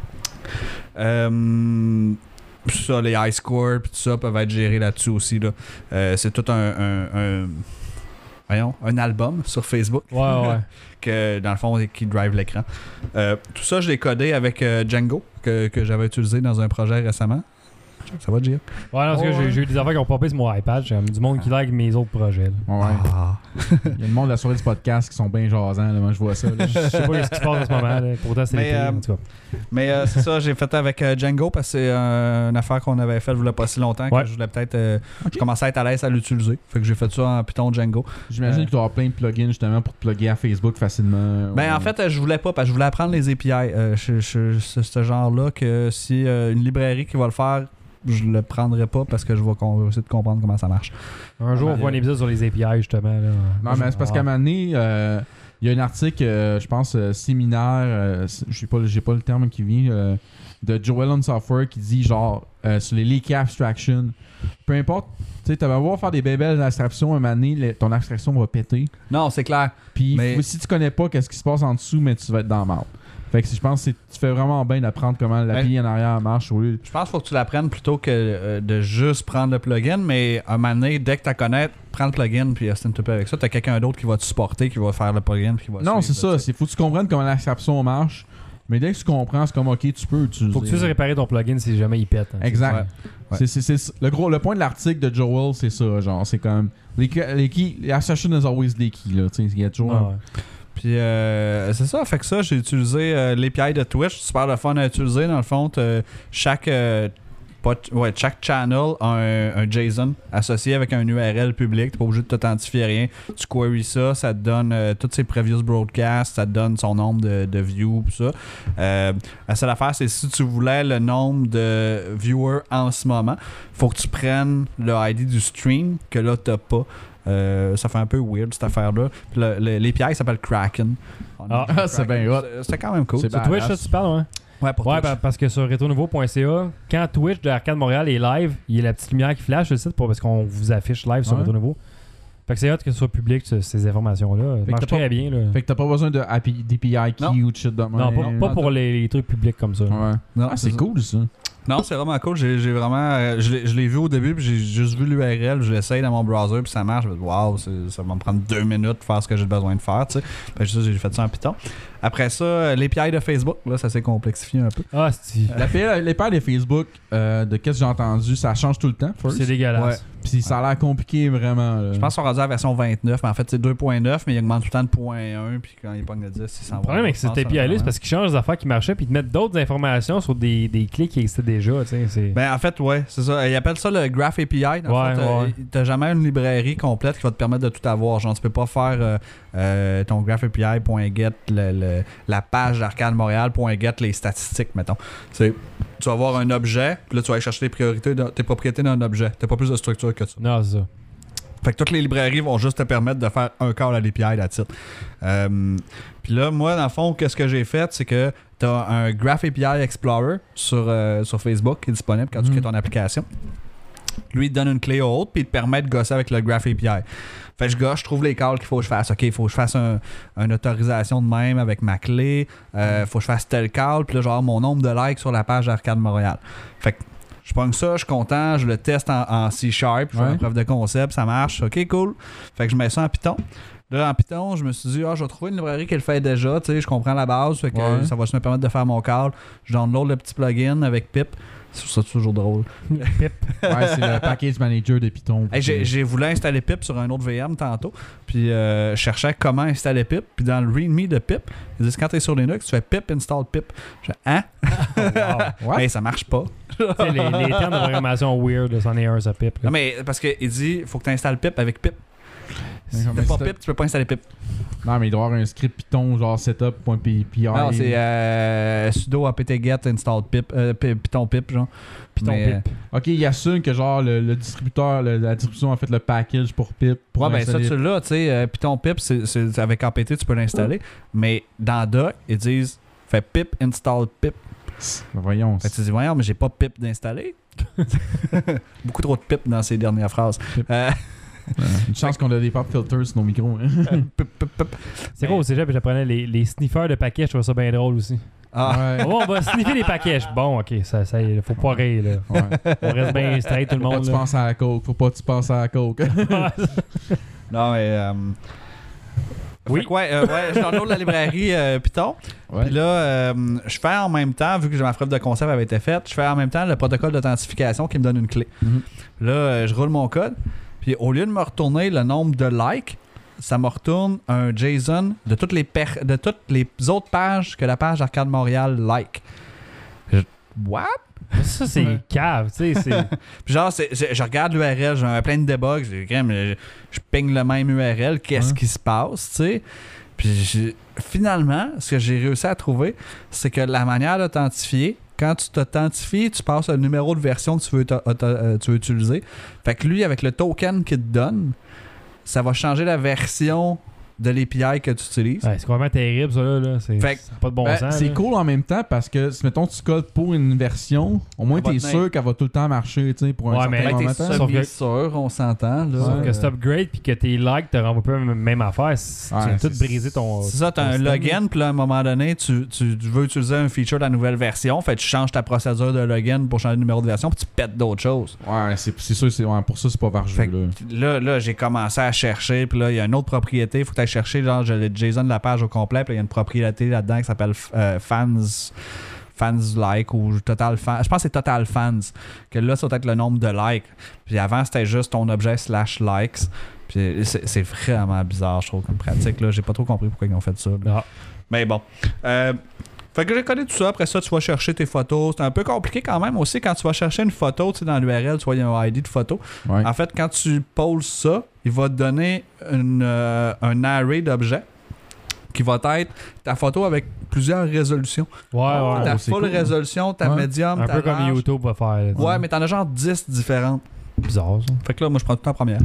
Euh, ça, les high scores puis tout ça peuvent être gérés là-dessus aussi. Là. Euh, c'est tout un, un, un, voyons, un album sur Facebook. Ouais, ouais. que dans le fond, qui drive l'écran. Euh, tout ça, je l'ai codé avec euh, Django, que, que j'avais utilisé dans un projet récemment. Ça va, Gia? Ouais, non, parce oh, que j'ai, j'ai eu des affaires qui ont popé sur mon iPad. J'ai du monde qui like mes autres projets. Là. Ouais. Ah. Il y a le monde de la soirée du podcast qui sont bien jasants. Là. Moi, je vois ça. Là. Je sais pas ce qui se passe en ce moment. Là. Pourtant, c'est l'été, euh, en tout cas. Mais euh, c'est ça, j'ai fait avec euh, Django parce que c'est euh, une affaire qu'on avait faite il n'y a pas si longtemps ouais. que je voulais peut-être euh, okay. je commençais à être à l'aise à l'utiliser. Fait que j'ai fait ça en Python Django. J'imagine euh, que tu auras plein de plugins justement pour te plugger à Facebook facilement. Ben ou... en fait, je voulais pas parce que je voulais apprendre les A P I. Euh, je, je, c'est ce genre-là que si euh, une librairie qui va le faire, je le prendrai pas parce que je vais essayer de comprendre comment ça marche. Un jour, on voit un épisode sur les A P I, justement. Là. Non, mais c'est parce qu'à un moment donné, euh, il y a un article, euh, je pense, euh, séminaire, euh, je n'ai pas, j'ai pas le terme qui vient, euh, de Joel on Software qui dit genre, euh, sur les leaky abstraction, peu importe, tu sais, tu vas avoir faire des belles belles abstractions, à un moment donné, les, ton abstraction va péter. Non, c'est clair. Puis mais... si tu connais pas qu'est-ce qui se passe en dessous, mais tu vas être dans la merde. Fait que je pense que tu fais vraiment bien d'apprendre comment la pile en arrière marche au lieu. Je pense qu'il faut que tu l'apprennes plutôt que euh, de juste prendre le plugin, mais à un moment donné, dès que tu la connais, prends le plugin puis reste un peu avec ça. Tu as quelqu'un d'autre qui va te supporter, qui va faire le plugin puis qui va Non, suivre, c'est ça. Il faut que tu comprennes comment l'exception marche. Mais dès que tu comprends, c'est comme OK, tu peux utiliser. Faut que tu puisses réparer ton plugin si jamais il pète. Hein, exact. Ouais. Ouais. C'est, c'est, c'est, le, gros, le point de l'article de Joel, c'est ça. Genre, c'est comme. Les, les keys, assertion is always les keys. Là, il y a toujours. Ah, un... ouais. Puis euh, c'est ça, fait que ça, j'ai utilisé euh, l'A P I de Twitch, super le fun à utiliser. Dans le fond, chaque, euh, pas, ouais, chaque channel a un, un JSON associé avec un U R L public. T'es pas obligé de t'authentifier rien. Tu queries ça, ça te donne euh, tous ses previous broadcasts, ça te donne son nombre de, de views, tout ça. Euh, la seule affaire, c'est si tu voulais le nombre de viewers en ce moment, faut que tu prennes le I D du stream que là, t'as pas. Euh, ça fait un peu weird cette affaire-là. Puis le, le, l'A P I s'appelle Kraken. Ah, ah c'est bien hot. C'était quand même cool. C'est Twitch, ça, tu parles, ouais? Ouais, pour ouais, Twitch. parce que sur rétro nouveau point c a, quand Twitch de Arcade Montréal est live, il y a la petite lumière qui flash sur le site pour, parce qu'on vous affiche live sur ouais. Rétro Nouveau. Fait que c'est hot que ce soit public, ces informations-là. Ça marche très pas, bien. Là. Fait que t'as pas besoin de A P I, D P I key non. ou de shit de même. Non, pas, pas pour les, les trucs publics comme ça. Ouais. Non, ah, c'est, c'est cool ça. Non, c'est vraiment cool. J'ai, j'ai vraiment, euh, je, l'ai, je l'ai vu au début, puis j'ai juste vu l'U R L, je l'essaye dans mon browser, puis ça marche. Je me dis, waouh, ça va me prendre deux minutes pour faire ce que j'ai besoin de faire. Tu sais. Fait que j'ai fait ça en Python. Après ça, l'A P I de Facebook, là, ça s'est complexifié un peu. Ah, c'est. L'A P I, l'A P I de Facebook, euh, de qu'est-ce que j'ai entendu, ça change tout le temps. First. C'est dégueulasse. Ouais. Puis ça a l'air compliqué vraiment. Là. Je pense qu'on va dire la version vingt-neuf, mais en fait c'est deux point neuf, mais il augmente tout le temps de point un, puis quand il pogne le dix, il s'en va. Le problème avec cette A P I-là, c'est parce qu'ils changent des affaires qui marchaient, puis ils te mettent d'autres informations sur des, des clés qui existaient déjà. C'est... Ben en fait, ouais, c'est ça. Ils appellent ça le Graph A P I. Dans ouais, le fond, t'as, ouais. t'as jamais une librairie complète qui va te permettre de tout avoir. Genre, tu peux pas faire euh, euh, ton Graph A P I.get le, le, la page d'Arcade Montréal.get les statistiques, mettons. C'est, tu vas avoir un objet, puis là, tu vas aller chercher tes, priorités, tes propriétés d'un objet. T'as pas plus de structure que ça. Non, c'est ça. Fait que toutes les librairies vont juste te permettre de faire un call à l'A P I là-dessus. Euh, Puis là, moi, dans le fond, qu'est-ce que j'ai fait, c'est que tu as un Graph A P I Explorer sur, euh, sur Facebook qui est disponible quand mm. tu crées ton application. Lui, il te donne une clé haute, puis il te permet de gosser avec le Graph A P I. Fait que je gosse, je trouve les calls qu'il faut que je fasse. OK, il faut que je fasse un, une autorisation de même avec ma clé. Il euh, faut que je fasse tel call, puis là, genre mon nombre de likes sur la page d'Arcade Montréal. Fait que Je prends ça, je suis content, je le teste en, en C-Sharp, je fais Ouais. une preuve de concept, ça marche, ok, cool. Fait que je mets ça en Python. Là, en Python, je me suis dit, ah, je vais trouver une librairie qui le fait déjà, tu sais, je comprends la base, fait que Ouais. ça va juste me permettre de faire mon call. Je download le petit plugin avec Pip. C'est ça, toujours drôle. Pip. Ouais, c'est le package manager de Python. Hey, j'ai, j'ai voulu installer Pip sur un autre V M tantôt, puis euh, je cherchais comment installer Pip, puis dans le README de Pip, ils disent quand t'es sur Linux, tu fais Pip install Pip. Je fais, hein? Wow. What? Hey, ça marche pas. Tu sais, les, les termes de programmation weird, là, c'en est un, ça Pip. là. Non, mais parce qu'il dit, faut que tu installes Pip avec Pip. Si Mais t'as pas c'est- Pip, tu peux pas installer Pip. Non, mais il doit y avoir un script Python genre setup.py. Non, c'est euh, sudo apt-get install Pip, euh, Pi- Python Pip, genre. Python Mais, Pip. Ok, il assume que genre le, le distributeur, le- la distribution a fait le package pour Pip. Pour Ouais, ben ça, installer- tu l'as, tu sais, euh, Python Pip, c'est, c'est- avec A P T, tu peux l'installer. Mais dans Doc, ils disent, fais Pip install Pip. Ben voyons. Fait que tu dis, voyons, mais j'ai pas Pip d'installer. Beaucoup trop de Pip dans ces dernières phrases. Euh, Euh, Une chance qu'on a des pop filters sur nos micros. Hein. pip, pip, pip. C'est quoi au cégep, j'apprenais les, les sniffers de paquets, je trouve ça bien drôle aussi. Ah, Ouais. Oh, on va sniffer les paquets. Bon, ok, ça, ça y est, faut pas rire, là. Ouais. On reste bien straight, tout le Faut pas que monde. tu là. penses à la coke. Faut pas que tu penses à la coke. non, mais. Euh... Oui. Fait que ouais, euh, ouais, je download la librairie euh, Python. Ouais. Puis là, euh, je fais en même temps, vu que ma preuve de concept avait été faite, je fais en même temps le protocole d'authentification qui me donne une clé. Mhm. Là, euh, je roule mon code. Puis au lieu de me retourner le nombre de likes, ça me retourne un JSON de toutes les, per- de toutes les autres pages que la page Arcade Montréal like. Je- What? Ça, c'est Ouais. cave, tu sais. c'est- Puis genre, c'est- je, je regarde l'U R L, j'ai plein de debugs, je, dis, crème, je, je ping le même U R L, qu'est-ce Ouais. qui se passe, tu sais? Puis j'ai- finalement, ce que j'ai réussi à trouver, c'est que la manière d'authentifier, quand tu t'authentifies, tu passes le numéro de version que tu veux, auto- auto- euh, tu veux utiliser. Fait que lui, avec le token qu'il te donne, ça va changer la version de l'A P I que tu utilises. Ouais, c'est vraiment terrible, ça, là. là. C'est Fait que- ça a pas de bon Ben, sens. c'est là. cool en même temps parce que si mettons tu codes pour une version, au moins Elle va t'es tenir. sûr qu'elle va tout le temps marcher, tu sais, pour un Ouais, mais certain là, moment t'es de temps. Sauf que- sûr, on s'entend. Là. Sauf Ouais. que cet upgrade puis que tes likes te renvoient pas la même affaire, c'est- Ouais, tu as tout c'est- brisé ton. C'est ça, tu as ton un système. login, puis là, à un moment donné, tu, tu, tu veux utiliser un feature de la nouvelle version, fait que tu changes ta procédure de login pour changer le numéro de version, puis tu pètes d'autres choses. Ouais, c'est c'est sûr, c'est ouais, pour ça c'est pas vargeux Fait que là. là, là j'ai commencé à chercher, puis là, il y a une autre propriété, il faut que tu ailles chercher, genre, j'ai le JSON de la page au complet, puis là, il y a une propriété là-dedans qui s'appelle euh, fans. Fans like ou total fan. Je pense que c'est total fans. Que là, ça va être le nombre de likes. Puis avant, c'était juste ton objet slash likes. Puis c'est c'est vraiment bizarre, je trouve, comme pratique. Là, j'ai pas trop compris pourquoi ils ont fait ça. là. Ah. Mais bon. Euh, fait que j'ai connu tout ça. Après ça, tu vas chercher tes photos. C'est un peu compliqué quand même aussi quand tu vas chercher une photo, tu sais, dans l'U R L, tu vois, il y a un I D de photo. Ouais. En fait, quand tu poses ça, il va te donner une, euh, un array d'objets qui va être ta photo avec plusieurs résolutions. Ouais, ouais. ta c'est full cool. résolution, ta Ouais. médium, Un ta peu comme large. YouTube va faire. là, tu Ouais, sais. mais t'en as genre dix différentes. Bizarre, ça. Fait que là, moi, je prends tout le temps la première.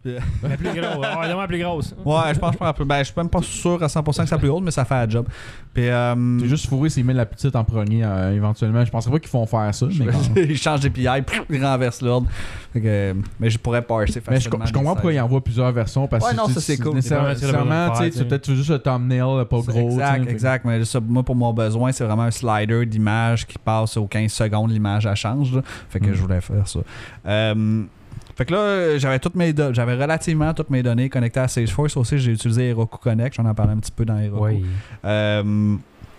La plus grosse. Ouais, vraiment la plus grosse. Ouais, je pense que je prends la plus. Ben, je suis même pas sûr à cent pour cent que c'est la plus haute, mais ça fait la job. Puis, euh, C'est juste fourré s'ils mettent la petite en premier euh, éventuellement. Je penserais pas qu'ils font faire ça, mais quand- ils changent d'A P I, pff, ils renversent l'ordre. Fait que, euh, mais je pourrais parser facilement. Mais je, co- je comprends pourquoi ils envoient plusieurs versions parce Ouais, que non, tu- ça, c'est tu- cool. nécessairement, C'est pas vraiment nécessairement, ce que tu tu sais, veux tu faire, peut-être juste le thumbnail pas gros. Exact, tu sais, exact. Mais ça, moi, pour mon besoin, c'est vraiment un slider d'image qui passe aux quinze secondes, l'image, elle change. Là. Fait que Mm. je voulais faire ça. Euh, fait que là, j'avais toutes mes do- j'avais relativement toutes mes données connectées à Salesforce aussi. J'ai utilisé Heroku Connect. J'en ai parlé un petit peu dans Heroku. Oui. Euh,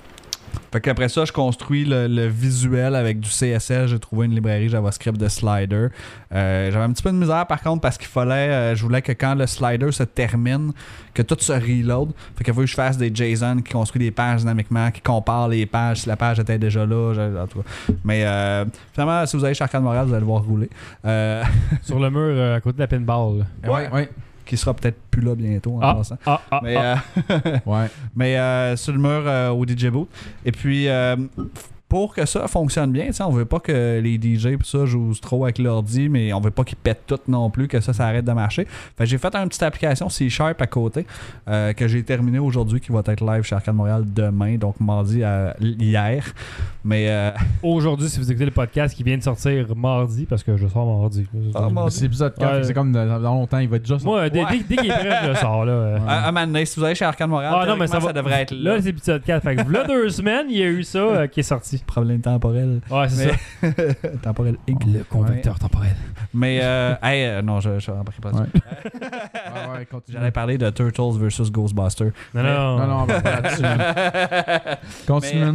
fait qu'après ça, je construis le, le visuel avec du C S S. J'ai trouvé une librairie JavaScript de slider. Euh, j'avais un petit peu de misère par contre parce qu'il fallait, euh, je voulais que quand le slider se termine, que tout se reload. Fait qu'il fallait que je fasse des JSON qui construit des pages dynamiquement, qui comparent les pages si la page était déjà là. Je- en tout cas. Mais euh, finalement, si vous allez chez Arcade Montréal, vous allez le voir rouler. Euh, Sur le mur euh, à côté de la pinball. là. fait. Ouais, ouais, qui sera peut-être plus là bientôt en Ah, passant. ah, ah, Mais, ah. euh, ouais. Mais euh, sur le mur euh, au D J Boot. Et puis, euh, pour que ça fonctionne bien, tu sais, on veut pas que les D J pis ça jouent trop avec l'ordi, mais on veut pas qu'ils pètent tout non plus, que ça, ça arrête de marcher. Fait que j'ai fait une petite application C-Sharp à côté euh, que j'ai terminé aujourd'hui, qui va être live chez Arcade Montréal demain, donc mardi à hier. Mais euh, Aujourd'hui, si vous écoutez le podcast qui vient de sortir mardi, parce que je sors mardi. Ah, mardi. C'est épisode quatre, Ouais. c'est comme dans, dans longtemps, il va être déjà sorti. Moi, dès, Ouais. dès- dès qu'il est prêt, je le sors. Là, euh. Ouais. à, à Mané, si vous allez chez Arcade Montréal, Ah non, mais ça, théoriquement, va, ça devrait être là. Là, c'est épisode quatre. Fait que là, deux semaines, il y a eu ça euh, qui est sorti. Problème temporel. Ouais, c'est Mais- ça. temporel inc. Le convecteur temporel. Mais, euh, hey, euh, non, je je rembarquerai pas Ouais. dessus. Ouais, ouais, continue. J'allais parler de Turtles versus Ghostbusters. Non, non. Non, non, on va pas là-dessus. man. Continue, Mais- man.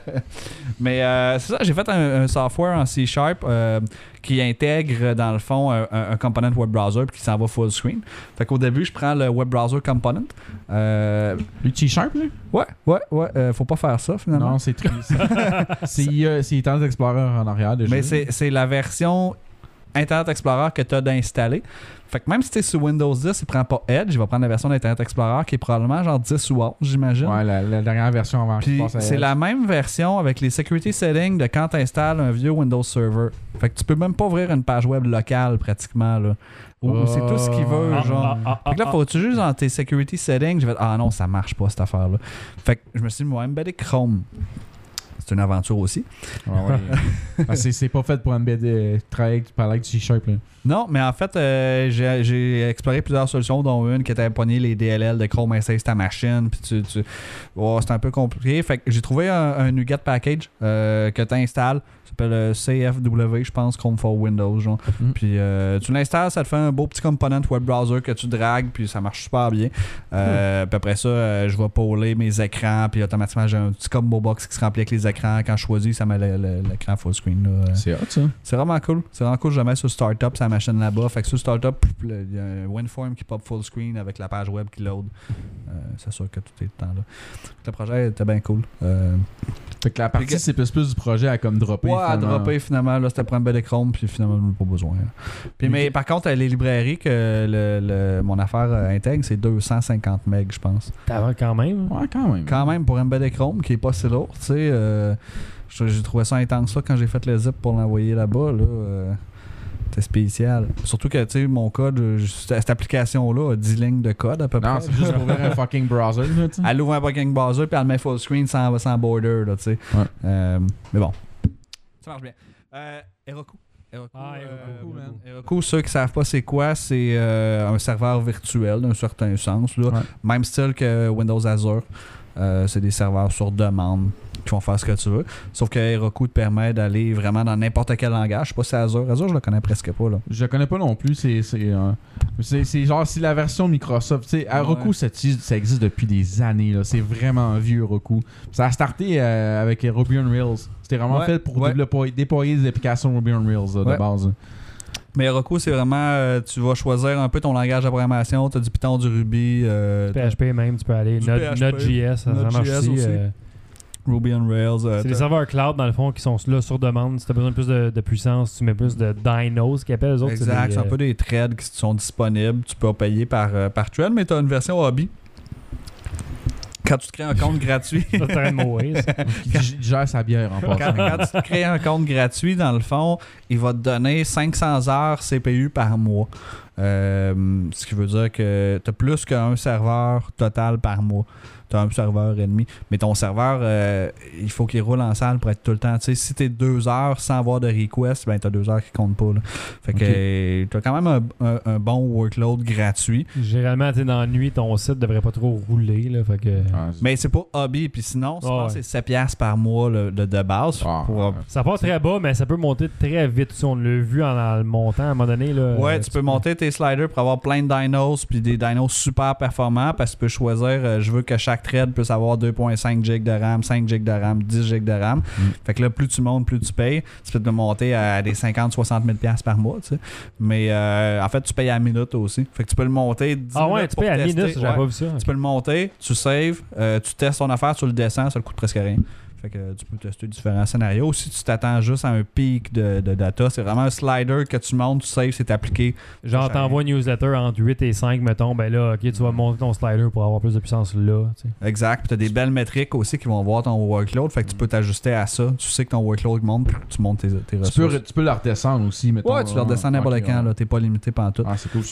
Mais euh, c'est ça, j'ai fait un, un software en C Sharp euh, qui intègre dans le fond un, un- un component web browser puis qui s'en va full screen. Fait qu'au début, je prends le web browser component. Euh, Le T-Sharp, là? ouais, ouais, ouais. euh, faut pas faire ça finalement. Non, c'est triste. c'est euh, c'est Internet Explorer en arrière déjà. Mais c'est c'est la version Internet Explorer que tu as d'installer. Fait que même si tu es sur Windows dix, il prend pas Edge, il va prendre la version d'Internet Explorer qui est probablement genre dix ou onze, j'imagine. Ouais, la, la dernière version avant Puis qu'il passe à c'est Edge. la même version avec les security settings de quand tu installes un vieux Windows Server. Fait que tu peux même pas ouvrir une page web locale pratiquement là. Ou Oh. c'est tout ce qu'il veut, Ah, genre. ah, ah, Fait que là, ah, faut que tu juges dans tes security settings. Je vais ah non, ça marche pas cette affaire-là. Fait que je me suis dit, moi, embedder Chrome. C'est une aventure aussi. Ouais, ouais. Ah, c'est c'est pas fait pour embedder, travailler avec, parler avec du C-Sharp, là. Non, mais en fait, euh, j'ai, j'ai exploré plusieurs solutions, dont une qui était à pogner les D L L de Chrome S S ta machine. Puis tu, tu... Oh, c'est un peu compliqué. Fait que j'ai trouvé un, un NuGet package euh, que tu installes. Ça s'appelle euh, C F W, je pense, Chrome for Windows. Genre. Mm. Puis euh, tu l'installes, ça te fait un beau petit component web browser que tu dragues, puis ça marche super bien. Euh, Mm. Puis après ça, euh, je vais poler mes écrans, puis automatiquement, j'ai un petit combo box qui se remplit avec les écrans. Quand je choisis, ça met le- le- l'écran full screen. Là. C'est hot, ça. C'est vraiment cool. C'est vraiment cool. Je le mets sur Startup, sa machine là-bas. Fait que sur Startup, il y a un WinForm qui pop full screen avec la page web qui load. Euh, c'est sûr que tout est le temps là. Le projet était bien cool. Euh, Fait que la partie Fait que- C plus plus du projet a comme droppé. ouais, à finalement. dropper finalement. Là, c'était pour un bel Chrome, puis finalement, on n'a pas besoin. hein. Puis, mais Ok. par contre, les librairies que le, le- mon affaire euh, intègre, c'est deux cent cinquante mégas, je pense. T'as quand même. Ouais, quand même. Quand même, pour un bel Chrome qui est pas si lourd, tu sais. euh, j'ai j'ai trouvé ça intense là quand j'ai fait le zip pour l'envoyer là-bas. Là, euh, c'était spécial. Surtout que, tu sais, mon code, je- cette cette application-là a dix lignes de code à peu Non, près. c'est juste pour ouvrir un fucking browser, là, tu sais. Elle ouvre un fucking browser puis elle le met full screen sans, sans border, là, tu sais. Ouais. Euh, mais bon, ça marche bien. Euh, Heroku. Heroku, Ah, Heroku, euh, man. Heroku, ceux qui savent pas c'est quoi, c'est euh, un serveur virtuel d'un certain sens. Là. Ouais. Même style que Windows Azure. Euh, c'est des serveurs sur demande qui vont faire ce que tu veux. Sauf que Heroku te permet d'aller vraiment dans n'importe quel langage. Je sais pas si Azure. Azure, je le connais presque pas. Là. Je le connais pas non plus. C'est c'est, euh, c'est, c'est genre c'est la version Microsoft. Tu sais, Heroku, Ouais. ça, ça existe depuis des années. Là. C'est vraiment vieux, Heroku. Ça a starté euh, avec Ruby on Rails. C'était vraiment Ouais, fait pour ouais. déployer, déployer des applications Ruby on Rails là, Ouais. de base. Mais Heroku, c'est vraiment, euh, tu vas choisir un peu ton langage de programmation. Tu as du Python, du Ruby, euh, P H P même, tu peux aller. Du Node- P H P, Node.js, ça, ça marche Node.js aussi. aussi. euh, Ruby on Rails. euh, c'est des t'as- serveurs cloud, dans le fond, qui sont là sur demande. Si tu as besoin de plus de, de puissance, tu mets plus de dynos, qu'ils appellent eux autres. Exact, des, c'est un euh, peu des threads qui sont disponibles. Tu peux payer par, euh, par thread, mais tu as une vertion hobby. Quand tu te crées un compte gratuit. ça, t'es en train de mourir, ça. Qui g- gère sa bière en Quand, passant. quand tu te crées un compte gratuit, dans le fond, il va te donner cinq cents heures C P U par mois. Euh, ce qui veut dire que tu as plus qu'un serveur total par mois. Tu as un serveur et demi. Mais ton serveur, euh, il faut qu'il roule en salle pour être tout le temps. Tu sais, si tu es deux heures sans avoir de request, ben tu as deux heures qui comptent pas. Là. Fait que tu as quand même un, un- un bon workload gratuit. Généralement, tu sais, dans la nuit, ton site devrait pas trop rouler. Là, fait que, Ah, c'est- Mais c'est pas hobby. Puis sinon, je Ah pense ouais. que c'est sept piastres par mois là, de, de base. Ah, pour, ouais. ça part très bas, mais ça peut monter très vite. Si on l'a vu en, en le montant, à un moment donné. Là, Ouais, euh, tu peux monter tes sliders pour avoir plein de dinos puis des dinos super performants parce que tu peux choisir euh, je veux que chaque thread puisse avoir deux virgule cinq gigs de RAM, cinq gigs de RAM, dix gigs de RAM. Mm. Fait que là, plus tu montes, plus tu payes. Tu peux te monter à des cinquante à soixante mille dollars par mois, tu sais. Mais euh, en fait, tu payes à la minute aussi. Fait que tu peux le monter dix Ah ouais, minutes tu pour payes à la tester. minute, j'avais Ouais. pas vu ça. Tu peux le monter, tu saves, euh, tu testes ton affaire, tu le descends, ça ne coûte presque rien. Fait que tu peux tester différents scénarios. Si tu t'attends juste à un pic de, de data, c'est vraiment un slider que tu montes, tu saves, c'est appliqué. Genre, Ça, t'envoies une newsletter entre huit et cinq, mettons, ben là, ok, tu vas monter ton slider pour avoir plus de puissance là. Tu sais. Exact. Puis tu as des belles métriques aussi qui vont voir ton workload. Fait que tu peux t'ajuster à ça. Tu sais que ton workload monte, puis tu montes tes, tes Tu ressources. peux, tu peux le redescendre aussi, mettons. Ouais, tu le redescends là. n'importe Ok, quand. ouais. Là, t'es pas limité pendant tout. Ah, c'est cool ça.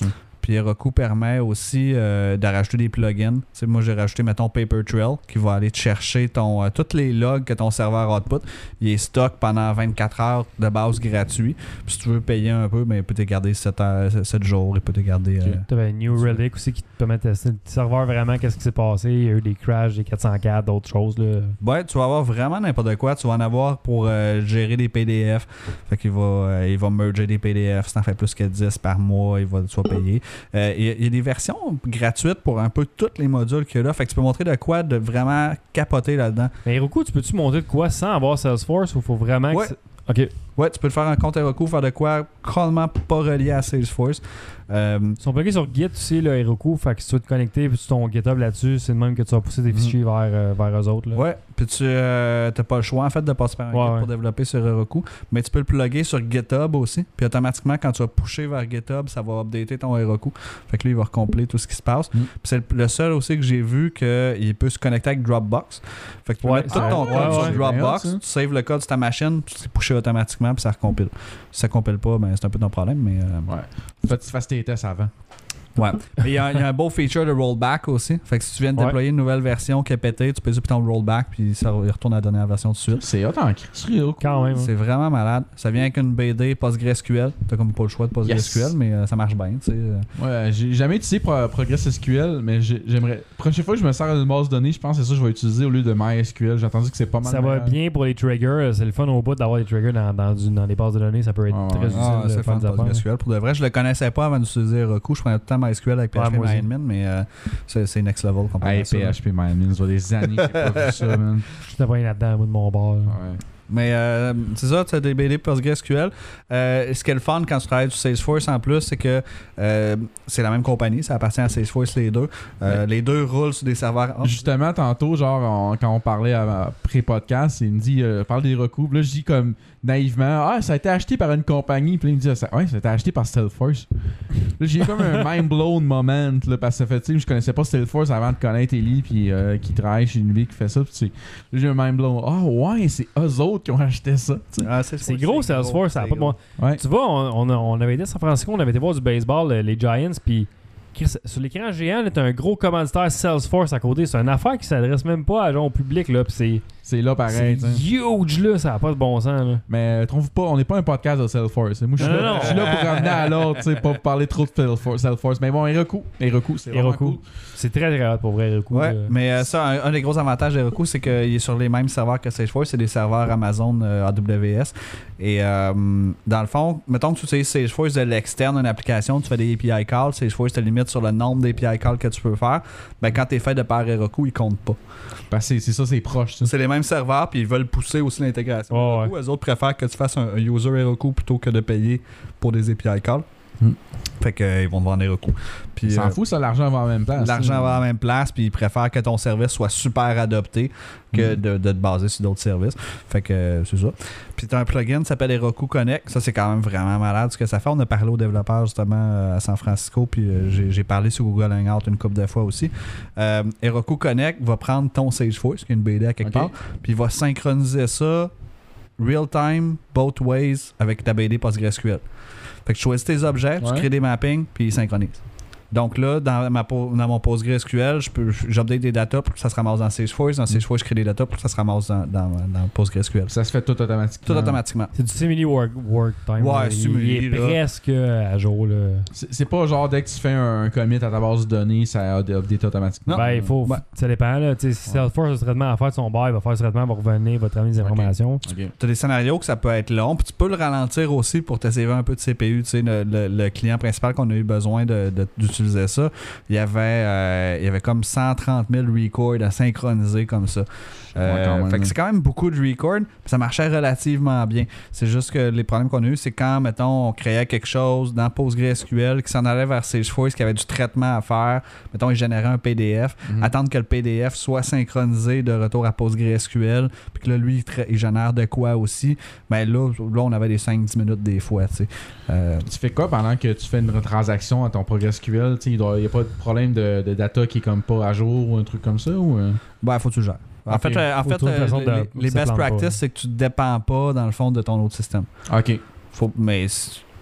Puis Heroku permet aussi euh, de rajouter des plugins. T'sais, moi, j'ai rajouté, mettons, Papertrail, qui va aller te chercher ton, euh, tous les logs que ton serveur output. Il est stock pendant vingt-quatre heures de base gratuit. Puis si tu veux payer un peu, ben, il peut te garder sept jours. Il peut te garder... Euh, tu avais New Relic aussi qui te permet de tester le serveur vraiment, qu'est-ce qui s'est passé. Il y a eu des crashs, des quatre cent quatre, d'autres choses. Là. Ouais, tu vas avoir vraiment n'importe quoi. Tu vas en avoir pour euh, gérer des P D F. Fait qu'il va, euh, il va merger des P D F. Si t'en fais plus que dix par mois, il va te soit payer. Euh, il, y a, il y a des versions gratuites pour un peu tous les modules qu'il y a là. Fait que tu peux montrer de quoi de vraiment capoter là-dedans. Mais Heroku, tu peux-tu monter de quoi sans avoir Salesforce ou faut vraiment ouais. que... OK. Ouais, tu peux te faire un compte Heroku, faire de quoi complètement pas relié à Salesforce. Euh, Ils sont plugués sur Git aussi, le Heroku. Fait que si tu veux te connecter puis ton GitHub là-dessus, c'est le même que tu vas pousser des fichiers mm. vers, euh, vers eux autres. Là. Ouais, puis tu euh, n'as pas le choix en fait de passer par un ouais, Git ouais. pour développer sur Heroku. Mais tu peux le plugger sur GitHub aussi. Puis automatiquement, quand tu vas pusher vers GitHub, ça va updater ton Heroku. Fait que lui, il va recompléter tout ce qui se passe. Mm. Puis c'est le, le seul aussi que j'ai vu qu'il peut se connecter avec Dropbox. Fait que tu peux ouais, mettre tout ton ouais, code ouais, sur ouais, Dropbox, ouais, tu saves le code sur ta machine, puis c'est pushé automatiquement, puis ça recompile. Si ça compile pas, ben c'est un peu ton problème, mais... Euh, ouais. Faut que tu fasses tes tests avant. Ouais. Mais il y, y a un beau feature de rollback aussi. Fait que si tu viens de ouais. déployer une nouvelle version qui est pétée, tu peux dire ton rollback puis ça retourne à la dernière version tout de suite. C'est hot en crise. Quand même. C'est vraiment malade. Ça vient avec une B D PostgreSQL. T'as comme pas le choix de PostgreSQL, yes. mais euh, ça marche bien. Tu sais. Ouais, j'ai jamais utilisé Pro- ProgressSQL, mais j'aimerais. Prochaine fois que je me sers d'une base de données, je pense que c'est ça que je vais utiliser au lieu de MySQL. J'ai entendu que c'est pas mal. Ça va bien pour les triggers. C'est le fun au bout d'avoir des triggers dans, dans, du, dans les bases de données. Ça peut être ah, très ouais. utile. Ah, c'est le fun de PostgreSQL. Pour de vrai, je le connaissais pas avant d'utiliser Heroku. Je prenais tout le temps MySQL avec P H P ouais, MyAdmin, mais euh, c'est next level comparé hey, à ça. P H P MyAdmin, ça fait des années que j'ai pas vu ça, man. Je t'ai pas là-dedans, moi, de mon bord. Ouais. Mais euh, c'est ça, tu as des B D PostgreSQL. Euh, ce qui est le fun quand tu travailles sur Salesforce en plus, c'est que euh, c'est la même compagnie, ça appartient à Salesforce les deux. Euh, ouais. Les deux roulent sur des serveurs. Oh. Justement, tantôt, genre, on, quand on parlait pré-podcast, il me dit, euh, parle des recours. Là, je dis comme naïvement, ah, ça a été acheté par une compagnie. Puis là, il me dit, ça, ouais, ça a été acheté par Salesforce. Là, j'ai comme un mind-blown moment, là, parce que ça fait, tu sais, je connaissais pas Salesforce avant de connaître Ellie, puis euh, qui travaille chez Nubie, qui fait ça. Puis là, j'ai un mind-blown. Ah, oh, ouais, c'est eux autres qui ont acheté ça. Ah, c'est gros, Salesforce, ça n'a pas de bon. Ouais. Tu vois, on, on, on avait été à San Francisco, on avait été voir du baseball, les Giants, puis sur l'écran géant, t'as un gros commanditaire Salesforce à côté. C'est une affaire qui s'adresse même pas à genre au public, là, puis c'est. C'est là pareil. C'est huge, là, ça n'a pas de bon sens. Là. Mais trouve pas, on n'est pas un podcast de Salesforce. Moi, je suis là, là pour ramener à l'autre, tu sais, pas parler trop de Salesforce. Mais bon, Heroku, Heroku, c'est vraiment cool. C'est très très hot pour vrai, Heroku. Ouais, là. mais euh, ça, un, un des gros avantages d'Heroku, c'est qu'il est sur les mêmes serveurs que Salesforce. C'est des serveurs Amazon euh, A W S. Et euh, dans le fond, mettons que tu utilises Salesforce de l'externe, une application, tu fais des A P I calls. Salesforce te limite sur le nombre d'A P I calls que tu peux faire. Ben, quand tu es fait de par Heroku, ils comptent pas. Ben, c'est ça, c'est proche. C'est les mêmes serveurs, puis ils veulent pousser aussi l'intégration. Oh, Heroku, ouais. Eux autres préfèrent que tu fasses un, un user Heroku plutôt que de payer pour des A P I calls. Mm. Fait qu'ils euh, vont te vendre Heroku. Ils s'en euh, foutent, ça, l'argent va à la même place. L'argent va à la même place, puis ils préfèrent que ton service soit super adopté que mm. de, de te baser sur d'autres services. Fait que euh, c'est ça. Puis tu as un plugin qui s'appelle Heroku Connect. Ça, c'est quand même vraiment malade ce que ça fait. On a parlé aux développeurs justement à San Francisco, puis euh, j'ai parlé sur Google Hangout une couple de fois aussi. Euh, Heroku Connect va prendre ton Salesforce, qui est une B D à quelque okay. part, puis il va synchroniser ça real time, both ways, avec ta B D PostgreSQL. Fait que tu choisis tes objets, ouais. tu crées des mappings, puis ils synchronisent. Donc là, dans, ma, dans mon PostgreSQL, je peux j'update des data pour que ça se ramasse dans Salesforce. Dans Salesforce, je crée des data pour que ça se ramasse dans, dans, dans PostgreSQL. Ça se fait tout automatiquement. Tout automatiquement. C'est du simili work, work time. Ouais, là. simili. Il est là. Presque à jour. C'est pas genre dès que tu fais un, un commit à ta base de données, ça update automatiquement. Ben, il faut. Ouais. Ça dépend. Là. Si ouais. Salesforce a ce traitement à faire de son bar, il va faire ce traitement, il va revenir, il va te ramener des informations. Okay. Okay. Tu as des scénarios que ça peut être long, puis tu peux le ralentir aussi pour te sauver un peu de C P U. Tu sais, le, le, le client principal qu'on a eu besoin d'utiliser ça. Il y avait, euh, il y avait comme cent trente mille records à synchroniser comme ça. Euh, ouais, fait que c'est quand même beaucoup de records. Ça marchait relativement bien. C'est juste que les problèmes qu'on a eu, c'est quand, mettons, on créait quelque chose dans PostgreSQL qui s'en allait vers Salesforce, qui avait du traitement à faire. Mettons, il générait un P D F. Mm-hmm. Attendre que le P D F soit synchronisé de retour à PostgreSQL. Puis que là, lui, il, il génère de quoi aussi. Mais là, là on avait des cinq dix minutes des fois. Tu sais. Euh, tu fais quoi pendant que tu fais une transaction à ton PostgreSQL? Il n'y a pas de problème de, de data qui est comme pas à jour ou un truc comme ça? Ou euh? Ben, faut que tu le gères. En okay. fait, euh, en fait euh, les, de, les best practices, c'est que tu ne dépends pas, dans le fond, de ton autre système. OK. Faut, mais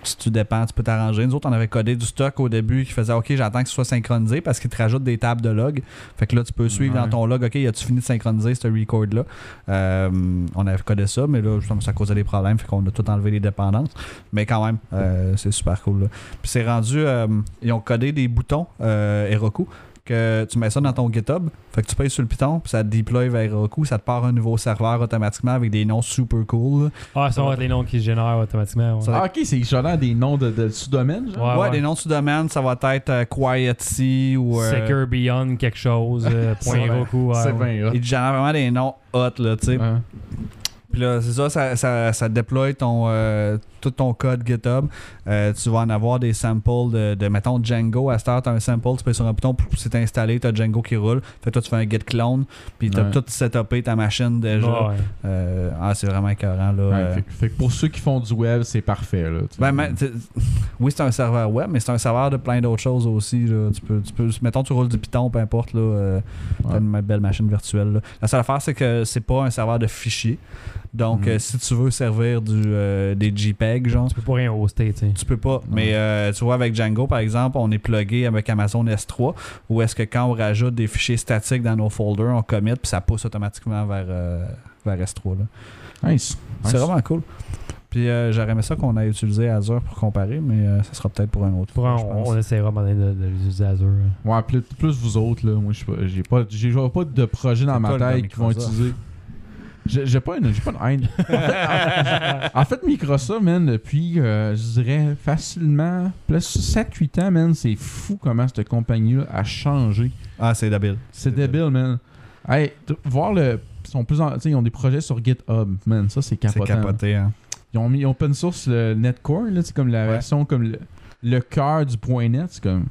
tu, tu dépends, tu peux t'arranger. Nous autres, on avait codé du stock au début qui faisait OK, j'attends que ce soit synchronisé parce qu'il te rajoute des tables de log. Fait que là, tu peux suivre ouais. dans ton log, OK, as-tu fini de synchroniser ce record-là? Euh, on avait codé ça, mais là, justement, ça causait des problèmes. Fait qu'on a tout enlevé les dépendances. Mais quand même, euh, c'est super cool. Là. Puis c'est rendu, euh, ils ont codé des boutons euh, Heroku. Que tu mets ça dans ton GitHub, fait que tu payes sur le Python, puis ça te deploy vers Heroku, ça te part un nouveau serveur automatiquement avec des noms super cool. Ah, ça va être les noms qui se génèrent automatiquement. Ouais. Ah, ok, c'est genre des noms de, de sous-domaines, genre? Ouais, Ouais, ouais. des noms de sous-domaines, ça va être euh, Quiet Sea ou. Euh, Secure Beyond quelque chose, euh, point C'est Heroku. Ouais, C'est ouais. bien hot. Ils te génèrent vraiment des noms hot, là, tu sais. Ouais. Puis là, c'est ça, ça, ça, ça déploie ton, euh, tout ton code GitHub. Euh, tu vas en avoir des samples de, de mettons, Django. À cette heure, tu as un sample, tu payes sur un bouton, c'est installé, tu as Django qui roule. Fait que toi, tu fais un git clone, puis tu as Ouais. tout setupé ta machine déjà. Ouais. Euh, ah, c'est vraiment écœurant, là. Ouais, Euh, fait, fait que pour ceux qui font du web, c'est parfait. Là, tu sais. Ben, mais, t'sais, oui, c'est un serveur web, mais c'est un serveur de plein d'autres choses aussi. Là. Tu peux, tu peux, mettons, tu roules du Python, peu importe. Là, euh, Ouais. t'as une belle machine virtuelle. Là. La seule affaire, c'est que c'est pas un serveur de fichiers. Donc, Mhm. euh, si tu veux servir du, euh, des JPEG, genre, Tu peux pas rien hoster, tu sais. tu peux pas. Mais euh, tu vois, avec Django, par exemple, on est plugué avec Amazon S trois, où est-ce que quand on rajoute des fichiers statiques dans nos folders, on commit, puis ça pousse automatiquement vers, euh, vers S trois. Là. Nice. C'est Nice. vraiment cool. Puis euh, j'aurais aimé ça qu'on ait utilisé Azure pour comparer, mais euh, ça sera peut-être pour un autre Pour fois, un- je pense. on, on essaiera maintenant de, de l'utiliser Azure. Ouais, plus, plus vous autres, là. Moi, je sais pas- j'ai pas, j'ai genre pas de projet dans C'est ma pas le gars tête qui vont Microsoft. utiliser. J'ai j'ai pas, une- j'ai pas de haine. En fait, en fait, Microsoft, man, depuis, euh, je dirais, facilement, plus sept huit ans, man, c'est fou comment cette compagnie-là a changé. Ah, c'est débile. C'est débile, man. Hey, t- voir le. Ils, sont plus en- tu sais, ils ont des projets sur GitHub, man. Ça, c'est C'est capotant. capoté, hein. Ils ont mis open source le Netcore, là, c'est comme la Ouais. version, comme le, le cœur du point net. C'est comme.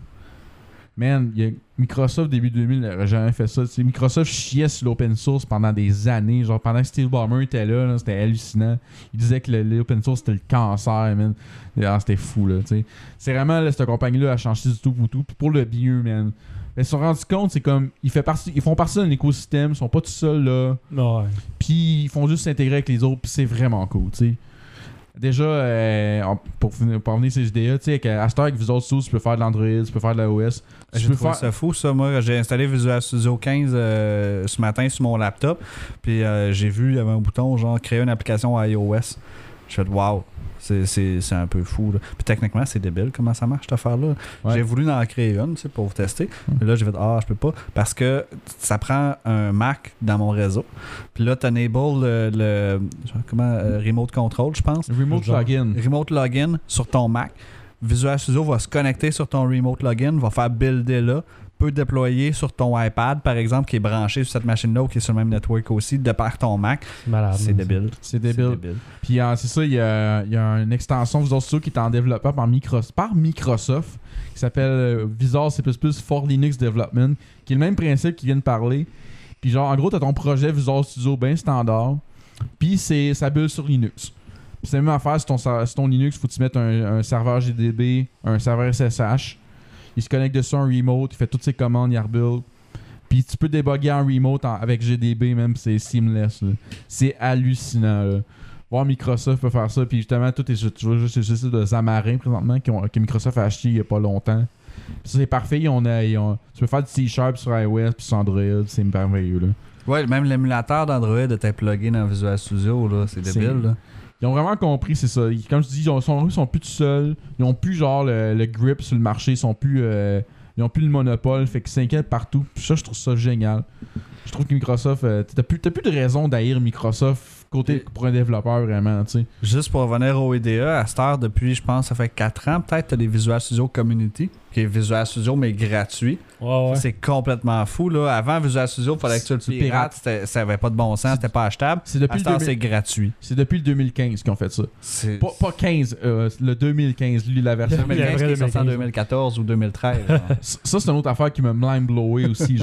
Man, il y a Microsoft début deux mille n'aurait jamais fait ça. T'sais, Microsoft chiait sur l'open source pendant des années. Genre pendant que Steve Ballmer était là, là, c'était hallucinant. Il disait que le- l'open source c'était le cancer, man. Et, ah, c'était fou, là. T'sais. C'est vraiment là, cette compagnie-là a changé du tout pour tout. Puis pour le mieux, man. Mais ils se sont rendus compte, c'est comme. Ils, fait partie, ils font partie d'un écosystème, ils sont pas tout seuls là. Ouais. Puis ils font juste s'intégrer avec les autres, puis c'est vraiment cool, tu sais. Déjà, euh, on- pour, finir- pour revenir sur ces idées-là, tu sais, avec, euh, à cette heure avec Visual Studio, tu peux faire de l'Android, tu peux faire de l'O S. Tu J'ai peux trouvé faire. ça fou, ça. Moi, j'ai installé Visual Studio quinze euh, ce matin sur mon laptop. Puis euh, j'ai vu, il y avait un bouton genre créer une application iOS. J'ai fait wow. C'est, c'est, c'est un peu fou. Là. Puis techniquement, c'est débile comment ça marche cette affaire-là. Ouais. J'ai voulu en créer une tu sais, pour vous tester. Mais là, j'ai fait ah, je peux pas. Parce que ça prend un Mac dans mon réseau. Puis là, tu enables le, le genre, comment, euh, Remote Control, je pense. Remote Genre. Login. Remote Login sur ton Mac. Visual Studio va se connecter sur ton Remote Login, va faire builder là, peut déployer sur ton iPad, par exemple, qui est branché sur cette machine-là ou qui est sur le même network aussi, de par ton Mac. C'est malade. C'est man, débile. C'est débile. Puis euh, c'est ça, il y a, il y a une extension Visual Studio qui est en développement par, Micro- par Microsoft qui s'appelle euh, Visual C plus plus for Linux Development, qui est le même principe qu'ils viennent parler. Puis genre, en gros, tu as ton projet Visual Studio bien standard, puis c'est, ça build sur Linux. Puis c'est la même affaire sur ton, ser- sur ton Linux, faut que tu mettes un, un serveur G D B, un serveur S S H. Il se connecte dessus en remote, il fait toutes ses commandes, il rebuild. Puis tu peux débugger en remote en- avec G D B même, c'est seamless. Là. C'est hallucinant. Là. Voir Microsoft peut faire ça, puis justement, tout est tu vois juste le site de Xamarin présentement qui ont- que Microsoft a acheté il y a pas longtemps. Puis ça, c'est parfait. Ils ont, ils ont- tu peux faire du C-Sharp sur iOS puis sur Android, c'est merveilleux. Là. Ouais, même l'émulateur d'Android était plugué dans Visual Studio, là. C'est C'est- débile, là. Ils ont vraiment compris, c'est ça. Ils- comme je dis, ils, ont, sont, ils sont plus tout seuls. Ils ont plus genre le, le grip sur le marché. Ils sont plus. Euh, ils ont plus le monopole. Fait qu'ils s'inquiètent partout. Puis ça, je trouve ça génial. Je trouve que Microsoft. Euh, t'as, plus, t'as plus de raison d'haïr Microsoft côté pour un développeur vraiment, tu sais. Juste pour revenir au I D E, à cette heure, depuis, je pense, ça fait quatre ans, peut-être, tu as des Visual Studio Community, qui est Visual Studio, mais gratuit. Ouais, ouais. C'est complètement fou, là. Avant, Visual Studio, il fallait que tu le Tu le pirates, c'était- ça avait pas de bon sens, c'était pas achetable. C'est À depuis, cette le heure, deux mille c'est gratuit. c'est depuis le deux mille quinze qu'ils ont fait ça. C'est Pas, pas quinze, euh, le deux mille quinze, lui, la version. Il y a deux mille quinze qui est sorti en deux mille quinze. deux mille quatorze ou deux mille treize. genre. Ça, c'est une autre affaire qui m'a mind blowé aussi. Genre,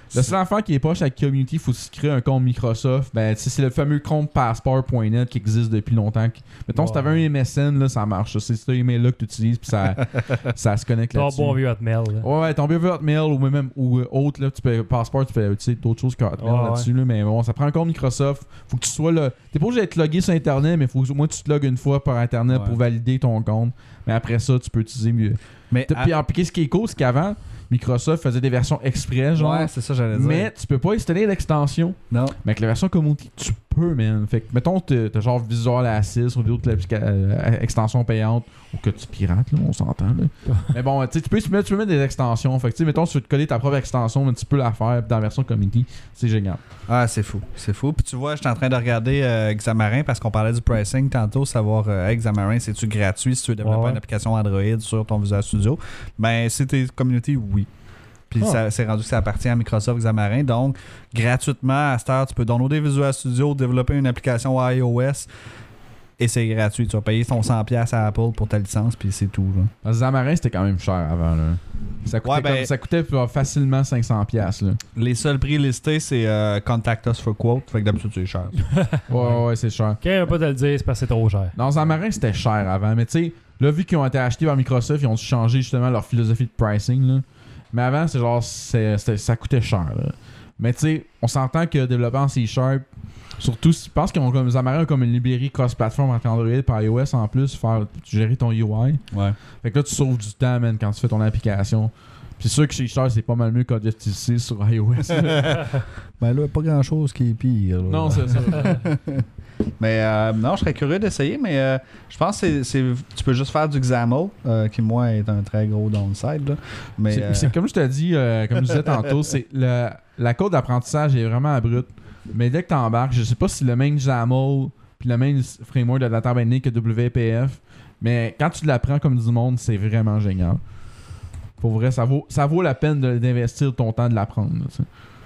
Le seul affaire qui est poche avec Community, il faut se créer un compte Microsoft. Ben, tu sais, c'est le fameux compte passport point net qui existe depuis longtemps. Mettons, wow. si t'avais un M S N, là, ça marche. C'est ce email-là que tu utilises, puis ça, ça se connecte ton là-dessus. Ton bon vieux Hotmail. Là. Ouais, ouais, ton bon vieux Hotmail ou même ou euh, autre, là, tu peux, Passport, tu peux utiliser d'autres choses que Hotmail oh, là-dessus. Ouais. Là, mais bon, ça prend un compte Microsoft. Faut que tu sois là. T'es pas obligé d'être logué sur Internet, mais faut que au moins tu te logues une fois par Internet ouais. pour valider ton compte. Mais après ça, tu peux utiliser mieux. Mais puis, à... puis ce qui est cool, c'est qu'avant, Microsoft faisait des versions express, genre. Ouais, c'est ça, j'allais dire. Mais tu peux pas installer l'extension. Non. Mais avec la version community, tu peux, man. Fait que, mettons, t'as, t'as genre Visual Assist ou d'autres euh, extensions payantes ou que tu pirates, là, on s'entend, là. Mais bon, tu sais, tu peux, tu peux mettre des extensions. Fait que, tu sais, mettons, si tu veux te coller ta propre extension, mais tu peux la faire dans la version community. C'est génial. Ah, c'est fou. C'est fou. Puis tu vois, j'étais en train de regarder euh, Xamarin parce qu'on parlait du pricing tantôt, savoir, euh, hey, Xamarin, c'est-tu gratuit si tu veux développer ouais. une application Android sur ton Visual Studio? Ben, si t'es community, oui. Puis oh. ça, c'est rendu que ça appartient à Microsoft Xamarin. Donc, gratuitement, à cette heure, tu peux downloader Visual Studio, développer une application iOS et c'est gratuit. Tu vas payer ton cent dollars à Apple pour ta licence, puis c'est tout. Là. Xamarin, c'était quand même cher avant. Là. Ça coûtait, ouais, ben, comme, ça coûtait facilement cinq cents dollars. Là. Les seuls prix listés, c'est euh, Contact Us for Quote. Fait que d'habitude, c'est cher. ouais, ouais, c'est cher. Quand il ne veut pas te le dire, c'est parce que c'est trop cher. Dans Xamarin, c'était cher avant. Mais tu sais, là, vu qu'ils ont été achetés par Microsoft, ils ont changé justement leur philosophie de pricing. Là. Mais avant, c'est genre, c'est, ça coûtait cher. Là. Mais tu sais, on s'entend que développer en C Sharp, surtout, je pense qu'ils ont comme Xamarin comme une librairie cross-platform entre Android et iOS en plus, faire gérer ton U I. Ouais. Fait que là, tu sauves du temps, man, quand tu fais ton application. Puis c'est sûr que chez Sharp, c'est pas mal mieux qu'Objective-C sur iOS. Ben là, pas grand-chose qui est pire. Là. Non, c'est ça. Mais euh, non, je serais curieux d'essayer, mais euh, je pense que c'est, c'est, tu peux juste faire du XAML, euh, qui moi est un très gros downside. Là. Mais, c'est, euh... c'est comme je te dis, euh, comme je disais tantôt, c'est le, la courbe d'apprentissage est vraiment abrupte. Mais dès que tu embarques, je sais pas si le même XAML puis le même framework de data binding que W P F, mais quand tu l'apprends comme du monde, c'est vraiment génial. Pour vrai, ça vaut, ça vaut la peine de, d'investir ton temps de l'apprendre. Là,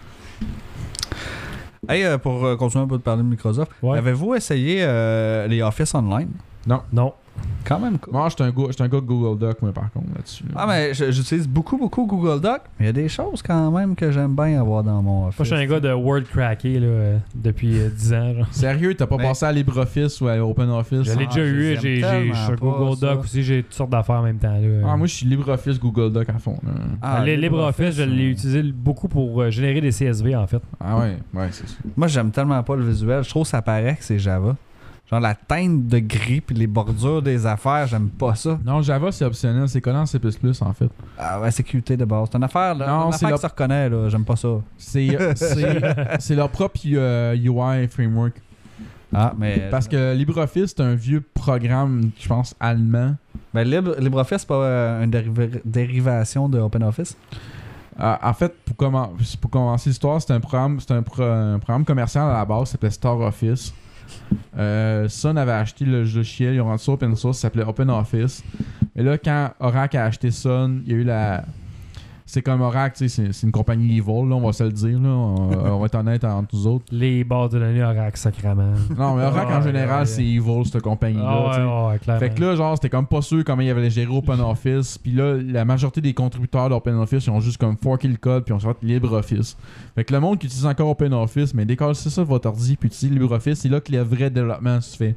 hey, euh, pour euh, continuer un peu de parler de Microsoft, ouais. avez-vous essayé euh, les Office Online? Non. Non. Quand même cool. Moi, j'étais un, go- j'étais un gars de Google Doc, moi, par contre, là-dessus. Là. Ah, mais j'utilise beaucoup, beaucoup Google Doc, mais il y a des choses quand même que j'aime bien avoir dans mon Office. Moi, je suis un gars de Word craqué là, euh, depuis euh, dix ans. Genre. Sérieux, t'as pas mais... passé à LibreOffice ou à OpenOffice? Je l'ai déjà eu, j'ai, j'ai, sur Google Doc ça. Aussi, j'ai toutes sortes d'affaires en même temps. Là. Ah, moi, je suis LibreOffice Google Doc à fond. Là. Ah, les LibreOffice, je l'ai utilisé beaucoup pour euh, générer des C S V, en fait. Ah ouais, ouais, c'est ça. Moi, j'aime tellement pas le visuel. Je trouve que ça paraît que c'est Java. Genre la teinte de gris puis les bordures des affaires, j'aime pas ça. Non, Java, c'est optionnel. C'est collé en C plus plus, en fait. Ah ouais, c'est Qt de base. C'est une affaire, là. Non, une c'est affaire leur... qui se reconnaît, là. J'aime pas ça. C'est, c'est, c'est leur propre euh, U I framework. Ah, mais... Parce que LibreOffice, c'est un vieux programme, je pense, allemand. Ben, Libre, LibreOffice, c'est pas euh, une dériva- dérivation de OpenOffice? Euh, en fait, pour, commen- pour commencer l'histoire, c'est un programme, c'est un, pro- un programme commercial à la base, ça s'appelait StarOffice. Euh, Sun avait acheté le logiciel, ils ont rendu ça open source, ça s'appelait OpenOffice. Mais là, quand Oracle a acheté Sun, il y a eu la... C'est comme Oracle, tu sais, c'est, c'est une compagnie evil, là, on va se le dire, là. On, on va être honnête entre nous autres. Les bases de données Oracle, sacrément. Non, mais Oracle, oh, en général, ouais, c'est evil, cette compagnie-là. Oh, ouais, ouais, clairement. Fait que là, genre, c'était comme pas sûr comment ils avaient géré OpenOffice. Puis là, la majorité des contributeurs d'OpenOffice, ils ont juste comme forké le code, puis ils ont sorti LibreOffice. Fait que le monde qui utilise encore OpenOffice, mais dès que c'est ça votre ordi, puis utilise LibreOffice, c'est là que le vrai développement se fait.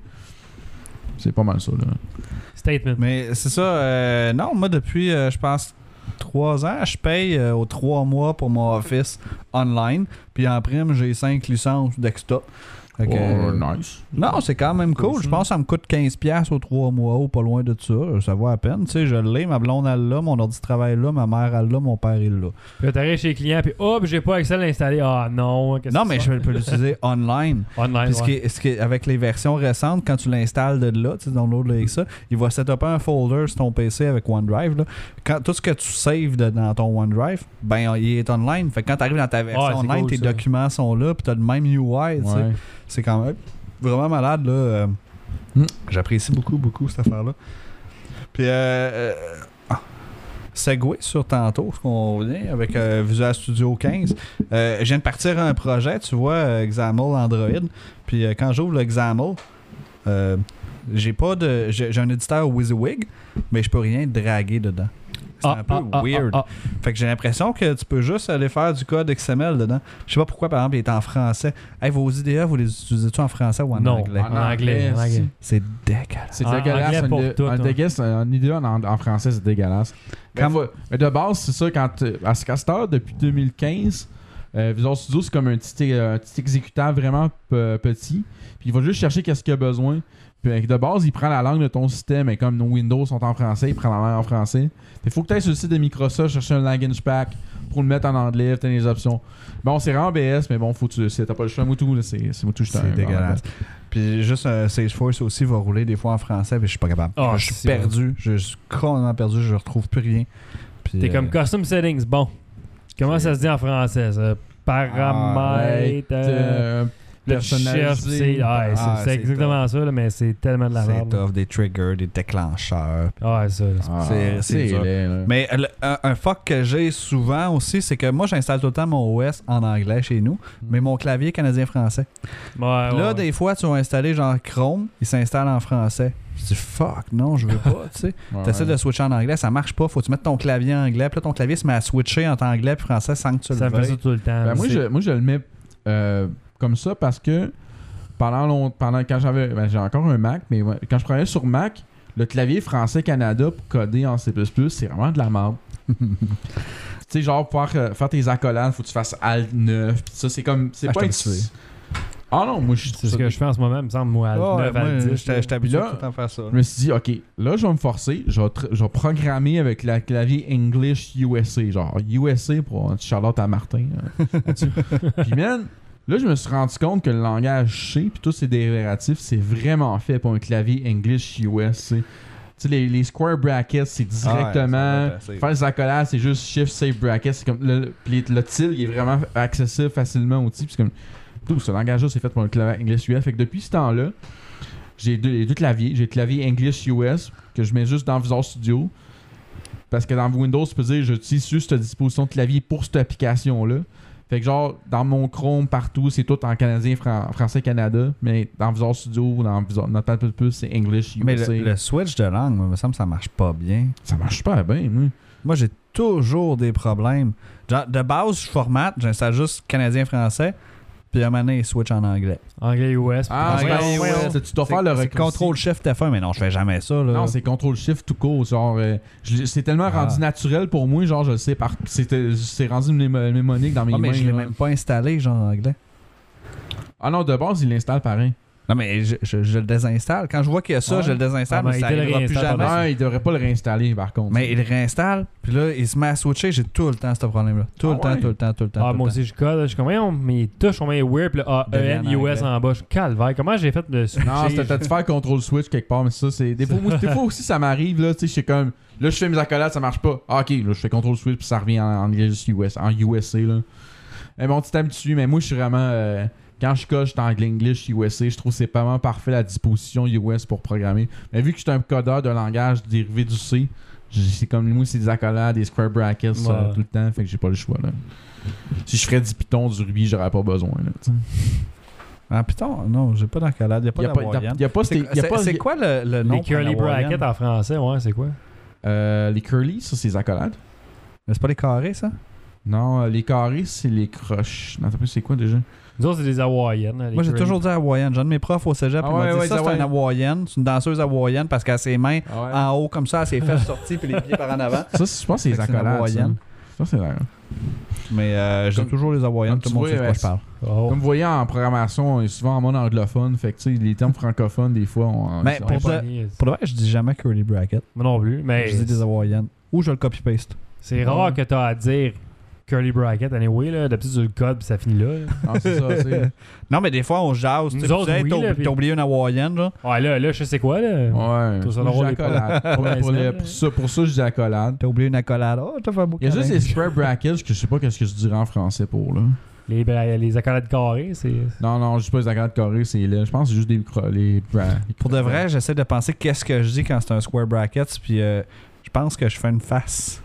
C'est pas mal ça, là. Statement. Mais c'est ça, euh, non, moi, depuis, euh, je pense... trois ans, je paye euh, aux trois mois pour mon Office online. Puis en prime, j'ai cinq licences desktop. Fait que, oh, euh, nice. Non, c'est quand même cool. Je pense que ça me coûte quinze dollars aux trois mois ou pas loin de ça. Ça vaut à peine. Tu sais, je l'ai, ma blonde elle l'a, mon ordi travaille là, ma mère elle l'a, mon père il l'a. Puis là, t'arrives chez les clients, puis hop, j'ai pas Excel installé. Ah non. Qu'est-ce non, que mais je peux l'utiliser online. Online. Puis ce ouais. qui est, ce qui est, avec les versions récentes, quand tu l'installes de là, tu sais, download avec ça, il va setuper un folder sur ton P C avec OneDrive. Là. Quand, tout ce que tu saves de, dans ton OneDrive, ben il est online. Fait que quand tu arrives dans ta version ah, online, cool, tes ça. documents sont là, puis tu as le même U I. Ouais. C'est quand même vraiment malade. Là. Euh, mm. J'apprécie beaucoup, beaucoup cette affaire-là. Puis, euh, euh, ah, segue sur tantôt, ce qu'on vient avec euh, Visual Studio quinze. Euh, je viens de partir un projet, tu vois, euh, XAML Android. Puis, euh, quand j'ouvre le XAML, euh, j'ai pas de. J'ai, j'ai un éditeur WYSIWYG, mais je peux rien draguer dedans. c'est Ah, un peu ah, weird. ah, ah, Fait que j'ai l'impression que tu peux juste aller faire du code X M L dedans. Je sais pas pourquoi, par exemple, il est en français. Hey, vos I D E, vous les utilisez-tu en français ou en Non, anglais? en anglais. en anglais. C'est dégueulasse. C'est En dégueulasse. anglais pour Un, tout, un hein. dégueulasse, un idée en, en français, c'est dégueulasse. Quand- Mais, faut- mais de base, c'est ça, quand euh, à ce cette heure, depuis deux mille quinze, euh, Visual Studio, c'est comme un petit, euh, un petit exécutant vraiment p- petit. Puis il va juste chercher qu'est-ce qu'il a besoin. Puis de base, il prend la langue de ton système, et comme nos Windows sont en français, il prend la langue en français. Il faut que tu ailles sur le site de Microsoft chercher un language pack pour le mettre en anglais, tu as les options. Bon, c'est vraiment B S, mais bon, faut que tu c'est- t'as pas le choix. Moutou, là, c'est c'est Moutou, je t'en- C'est dégueulasse. Puis juste euh, Salesforce aussi va rouler des fois en français, puis je suis pas capable. Ah, je suis c'est perdu. Je suis complètement perdu. Je retrouve plus rien. Puis, T'es euh, comme custom settings. Bon. Comment ça se dit en français, ça? Paramètres. euh, Là, tu cherches, puis c'est ah, ouais, c'est- Ah, c'est c'est exactement ça, là, mais c'est tellement de la c'est merde. tough, des triggers, des déclencheurs. Ah, ouais, ça. là, c'est- Ah, C'est- c'est dur. laid, là. Mais le- un, un fuck que j'ai souvent aussi, c'est que moi, j'installe tout le temps mon O S en anglais chez nous, mais mon clavier canadien-français. Ouais, Puis ouais, là, ouais. des fois, tu vas installer genre Chrome, il s'installe en français. Je dis fuck, non, je veux pas, tu sais. Ouais. T'essaies de switcher en anglais, ça marche pas. Faut que tu mettes ton clavier en anglais, puis là, ton clavier se met à switcher entre anglais et français sans que tu Ça le me fait ça veuilles. tout le temps. Ben, moi, C'est- je, moi, je le mets euh, comme ça parce que pendant longtemps, pendant quand j'avais. Ben, j'ai encore un Mac, mais ouais, quand je travaillais sur Mac, le clavier français Canada pour coder en C plus plus, c'est vraiment de la merde. Tu sais, genre, pour faire, euh, faire tes accolades, faut que tu fasses Alt neuf, pis ça, c'est comme. C'est Ah, pas je un- t'habitue. Ah non, moi, je C'est ce que je fais en ce moment, il me semble, moi, à Ah ouais, neuf à moi, dix. j'étais j'étais habitué Puis là, tout le temps à faire ça. Je me suis dit, ok, là, je vais me forcer. Je vais, tr- je vais programmer avec le clavier English U S A. Genre, U S A pour un petit Charlotte à Martin. euh, là-dessus. Puis, man, là, je me suis rendu compte que le langage C puis tous ces dérivatifs, c'est vraiment fait pour un clavier English U S A. Tu sais, les, les square brackets, c'est directement. Ah ouais, ça va passer. faire les accolades, c'est juste shift save bracket. C'est comme. Le, puis le til, il est vraiment accessible facilement aussi. Puis c'est comme. Tout ce langage-là, c'est fait pour un clavier English U S. Fait que depuis ce temps-là, j'ai deux, les deux claviers. J'ai le clavier English U S que je mets juste dans Visual Studio. Parce que dans Windows, tu peux dire j'utilise juste cette disposition de clavier pour cette application-là. Fait que genre, dans mon Chrome, partout, c'est tout en canadien, fran- français, Canada. Mais dans Visual Studio, dans Visual Notepad plus plus, c'est English U S A. Mais le, le switch de langue, moi, il me semble que ça marche pas bien. Ça marche super bien, oui. Moi, j'ai toujours des problèmes. Genre, de base, je formate, j'installe juste canadien-français, puis à un moment donné, il switch en anglais. Anglais U S. Ah, ouais, ouais, ouais, ouais, ouais. tu dois faire le C'est raccourci. contrôle shift F un, mais non, je fais jamais ça. Là. Non, c'est contrôle shift tout court. Genre, euh, je- c'est tellement Ah. rendu naturel pour moi, genre, je le sais, par, c'était- c'est rendu une mnémo- mnémonique dans mes Ah, mais mains. je l'ai là. même pas installé, genre en anglais. Ah non, de base, il l'installe pareil. Non, mais je, je- je le désinstalle. Quand je vois qu'il y a ça, Ouais. je le désinstalle, Ah, mais ben, ça il te le arrivera plus réinstalle jamais. pas. Non, il devrait pas le réinstaller, par contre. Mais il le réinstalle, puis là, il se met à switcher. J'ai tout le temps ce problème-là. Tout Ah le temps, ouais? tout le temps, tout le temps. Ah, tout moi le temps. aussi, je code. Je suis comme, voyons, mais il touche, on met weird, puis là, A, E, N, Devient en U S anglais. en bas. Je suis calvaire. Comment j'ai fait de switcher? Non, c'était peut-être faire contrôle switch quelque part, mais ça, c'est. Des fois, moi, des fois aussi, ça m'arrive, là, tu sais, je suis comme. Là, je fais mes accolades, ça marche pas. Ah, ok, là, je fais contrôle switch, puis ça revient en, en English U S, en U S A, là. Mais bon, tu t'habitues, mais moi, je suis vraiment. euh, Quand je coche dans English U S A, je trouve que c'est vraiment parfait la disposition U S pour programmer. Mais vu que je suis un codeur d'un langage dérivé du C, j'ai- c'est comme moi, c'est des accolades, des square brackets Ouais. euh, tout le temps, fait que j'ai pas le choix, là. Si je ferais du Python, du Ruby, j'aurais pas besoin, là, tu sais. Ah, putain, non, j'ai pas d'accolade. Il n'y a pas Y a pas- d'hawaïenne. y a pas C'est ces- y a c'est- pas- c'est quoi le, le nom Les pour curly une hawaïenne? brackets en français, ouais, c'est quoi? Euh, les curly, ça, c'est les accolades. Mais c'est pas les carrés, ça? Non, euh, les carrés, c'est les croches. Non, t'as pas, c'est quoi déjà? Nous autres, c'est des hawaïennes. les Moi, j'ai curly. toujours dit hawaïenne. J'ai un de mes profs au cégep, Ah il m'a ouais, dit ouais, ça, des c'est une hawaïennes. hawaïenne. C'est une danseuse hawaïenne parce qu'elle a ses mains Ah ouais. en haut comme ça, elle a ses fesses sorties puis les pieds par en avant. Ça, c'est- je pense que c'est les Fait que c'est une accolades. Ça, hawaïenne. ça c'est vrai. Mais euh, j'ai Comme- toujours les hawaïennes, comme tout le tu monde vois, sait de quoi ouais, je parle. Oh. Comme vous voyez en programmation, on est souvent en mode anglophone. Fait que tu sais, les termes francophones, des fois, on. Mais on- pour Pas de- niaise. Pour le vrai, je dis jamais curly bracket. Moi non plus, mais Je dis des hawaïennes. Ou je le copy-paste. c'est rare que t'as à dire curly bracket anyway, là. D'habitude, tu le code puis ça finit là. là. Ah, c'est ça, c'est. Non, mais des fois, on jase. Nous Tu sais, autres, tu sais, oui, t'as là, oublié- puis- t'as oublié une hawaïenne, là. Ouais, là, là, je sais quoi, là. Ouais. Tout ça Moi, drôle, je dis accolade. Pour, Ouais, pour les- c'est pour ça, pour ça, je dis accolade. T'as oublié une accolade. Oh, t'as fait un beau Il y a juste câlin. les square brackets que je sais pas qu'est-ce que je dirais en français pour, là. Les, bra- les accolades carrées, c'est. Non, non, je dis pas les accolades carrées, c'est là. Je pense que c'est juste des cro- les bra- les Pour de cro- vrai, j'essaie de penser qu'est-ce que je dis quand c'est un square bracket, puis euh, je pense que je fais une face.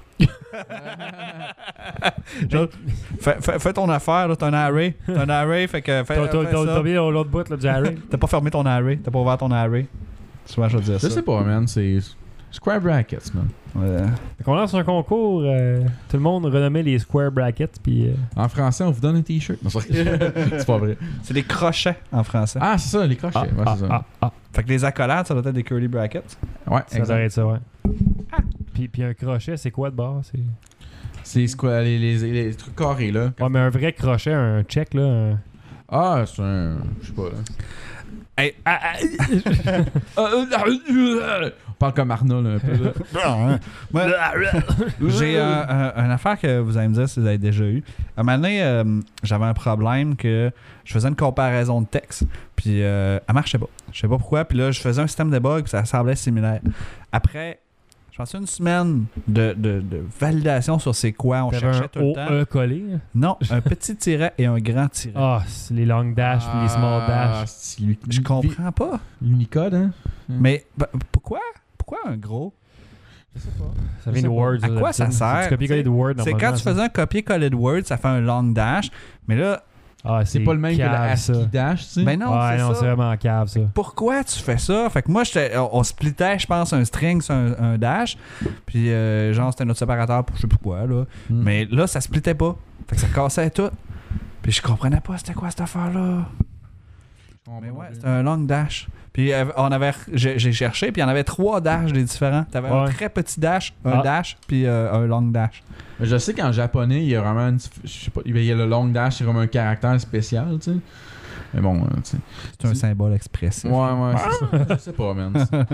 Genre, fais, fais- fais ton affaire, là, t'as un array. T'as un array, fait que fais, T'as t'as- fais t'as- ça. t'as oublié l'autre bout, là, Jerry. T'as pas fermé ton array, t'as pas ouvert ton array. Souvent, je vais dire Je ça. sais pas, man. C'est. Square Brackets, man. Ouais. Fait qu'on lance un concours, euh, tout le monde renommait les Square Brackets, puis... Euh... En français, on vous donne un t-shirt. Non, c'est pas vrai. C'est des crochets en français. Ah, c'est ça, les crochets. Ah, ouais, ah, c'est ça. ah, ah. Fait que les accolades, ça doit être des curly brackets. Ouais, Ça exact. doit être ça, ouais. Puis, puis un crochet, c'est quoi de bord? C'est... C'est ce quoi, les, les, les, les trucs carrés, là. Ouais, mais un vrai crochet, un check, là... Un... Ah, c'est un... Je sais pas, là. Hey, ah, ah, On parle comme Arnaud, là, un peu, là. Moi, j'ai euh, un, une affaire que vous allez me dire si vous avez déjà eu. À un moment donné, euh, j'avais un problème que je faisais une comparaison de texte, puis euh, elle marchait pas. Je sais pas pourquoi, puis là, je faisais un système de bug, puis ça semblait similaire. Après, je pense une semaine de, de, de validation sur c'est quoi, on T'avais cherchait un tout le temps. O E collé. là. Non, un petit tiret et un grand tiret. Ah, c'est les long dash puis les small Ah, dash. c'est lui- Je comprends pas. L'Unicode, hein? Mais bah, pourquoi? Pourquoi un gros? Ça Je vient sais de pas. Word. À ça, quoi ça d'habitude. sert? C'est du copier-coller de Word, C'est quand normalement, tu ça. faisais un copier-coller de Word, ça fait un long dash. Mais là, Ah, C'est pas le même que le cave, ASCII ça. Dash, tu sais? ben non, ouais, c'est non, ça. c'est vraiment cave, ça. Pourquoi tu fais ça? Fait que moi, j'étais- on, on splittait, je pense, un string sur un, un dash. Puis, euh, genre, c'était notre séparateur pour je sais plus quoi, là. Hmm. Mais là, ça splittait pas. Fait que ça cassait tout. Puis, je comprenais pas c'était quoi cette affaire-là. Mais ouais, c'était un long dash. Puis, euh, on avait, j'ai, j'ai cherché, puis il y en avait trois dashs des différents. T'avais un Ouais. très petit dash, un Ah. dash, puis euh, un long dash. Je sais qu'en japonais, il y a vraiment une... Je sais pas, il y a le long dash, c'est comme un caractère spécial, tu sais. Mais bon, euh, tu sais. C'est un symbole expressif. Ouais, ouais, c'est ça. Je sais pas, man.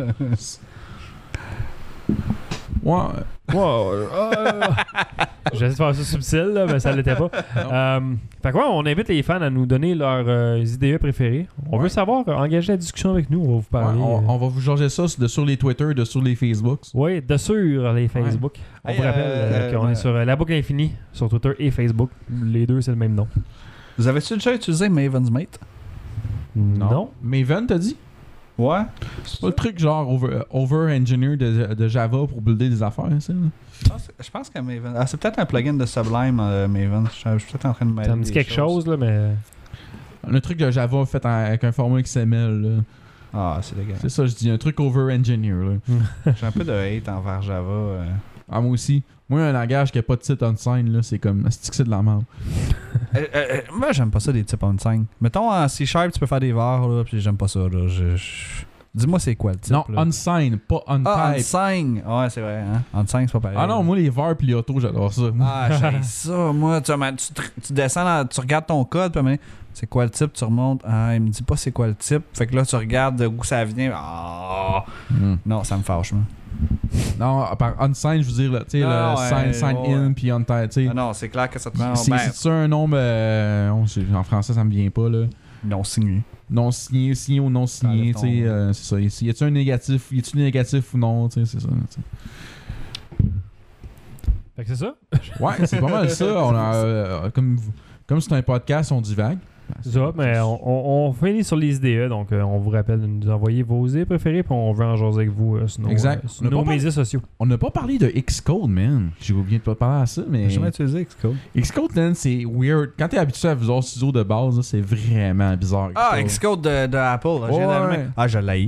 Ouais. Wow. J'essaie de faire ça subtil, là, mais ça l'était pas. Euh, fait quoi, on invite les fans à nous donner leurs euh, I D E préférés. On Ouais. veut savoir, euh, engager la discussion avec nous, on va vous Ouais, parler. on, euh, on va vous changer ça de sur les Twitter, de sur les Facebook. Oui, de sur les Facebook. On Hey, vous rappelle euh, euh, qu'on euh, est sur euh, La Boucle Infinie, sur Twitter et Facebook. Les deux, c'est le même nom. Vous avez-tu déjà utilisé Maven's Mate? Non. Maven, t'as dit? Ouais. C'est pas le truc genre over, over engineer de, de Java pour builder des affaires, ça? là? Je pense, je pense que Maven. Ah, c'est peut-être un plugin de Sublime, euh, Maven. Je, je suis peut-être en train de mêler. Ça me dit des quelque chose, là, mais. Un truc de Java fait en- avec un format X M L, là. Ah, c'est dégueulasse. C'est ça, je dis, un truc over engineer, là. J'ai un peu de hate envers Java. euh. Ah, moi aussi. Moi, un langage qui a pas de site on-sign, là, c'est comme... C'est que c'est de la merde. Euh, euh, euh, moi, j'aime pas ça des types on-sign. Mettons en C Sharp, tu peux faire des var, là, puis j'aime pas ça. Là. Je, je- Dis-moi, c'est quoi le type? Non, là? unsign, pas Ah, untype. unsign! Ouais, c'est vrai. Hein? Unsign, c'est pas pareil. Ah non, moi, les var pis les autos, j'adore ça. Ah, j'ai ça, moi. Tu, tu, tu descends, dans- tu regardes ton code, puis mais c'est quoi le type? Tu remontes. Ah, il me dit pas c'est quoi le type. Fait que là, tu regardes d'où ça vient. Ah! Hmm. Non, ça me fâche, moi. Non, par unsign, je veux dire, là, tu sais, Non, le ouais, sign, sign ouais. in puis untype, tu sais. Ah non, c'est clair que ça te prend. C'est Ben, c'est-tu un nombre... euh, on sait- en français, ça me vient pas, là. non signé. Non signé, signé ou non signé, tu T'enlèves sais, ton- euh, c'est ça. Y a-tu un négatif, y a-tu négatif ou non, tu sais, c'est ça. tu sais. Fait que c'est ça. Ouais, c'est pas mal ça. On a, euh, comme comme c'est un podcast, on divague. C'est ça, mais on, on, on finit sur les I D E, donc euh, on vous rappelle de nous envoyer vos idées préférées, puis on veut en jaser avec vous euh, sur nos, Exact. euh, sur On a nos pas médias sociaux. On n'a pas parlé de Xcode, man. J'ai oublié de pas parler à ça, mais J'ai jamais utilisé Xcode. Xcode, man, c'est weird. Quand t'es habitué à Visual Studio de base, là, c'est vraiment bizarre. Ah, Xcode. Xcode de, de Apple. là, je viens Ouais. d'allumer. Ah, je l'ai.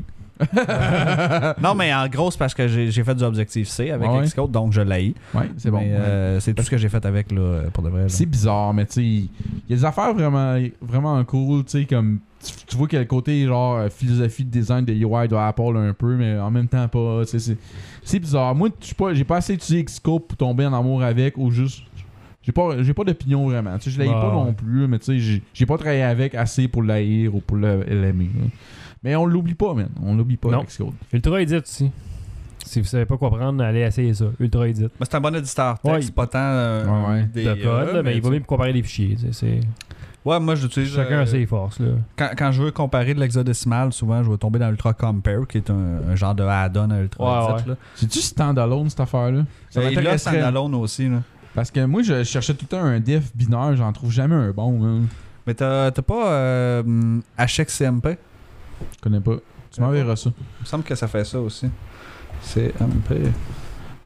Non, mais en gros, c'est parce que j'ai j'ai fait du Objective-C avec Ouais. Xcode, donc je l'ai. Ouais, c'est bon. Mais, ouais. euh, c'est tout ce que j'ai fait avec, là, pour de vrai. là. C'est bizarre, mais tu sais, il y a des affaires vraiment, vraiment cool, tu sais, comme tu, tu vois qu'il y a le côté genre euh, philosophie de design de U I de Apple un peu, mais en même temps pas, tu sais, c'est, c'est bizarre. Moi, je suis pas, j'ai pas assez utilisé Xcode pour tomber en amour avec ou juste, j'ai pas, j'ai pas d'opinion vraiment. Tu sais, je l'haïs Ah, pas ouais. non plus, mais tu sais, j'ai, j'ai pas travaillé avec assez pour l'haïr ou pour le- l'aimer. là. Mais on l'oublie pas, man. On l'oublie pas, Non. Xcode. Ultra Edit aussi. Si vous savez pas quoi prendre, allez essayer ça. Ultra Edit. Mais c'est un bon éditeur Ouais, texte, il- pas tant euh, Ouais, ouais. des De code, là, mais il va tu- même comparer les fichiers. tu sais, C'est... Ouais, moi, j'utilise. Chacun euh, a ses forces. Là. quand, quand je veux comparer de l'hexadécimal, souvent, je vais tomber dans Ultra Compare, qui est un, un genre de add-on à Ultra Ouais, Edit. ouais. là. C'est-tu standalone cette affaire-là? Ça Euh, il l'a m'intéresserait. standalone aussi. Là. Parce que moi, je cherchais tout le temps un diff binaire, j'en trouve jamais un bon. Hein. Mais t'as t'as pas euh, H X C M P? Je connais pas. Tu m'enverras ça. Il me semble que ça fait ça aussi. C M P.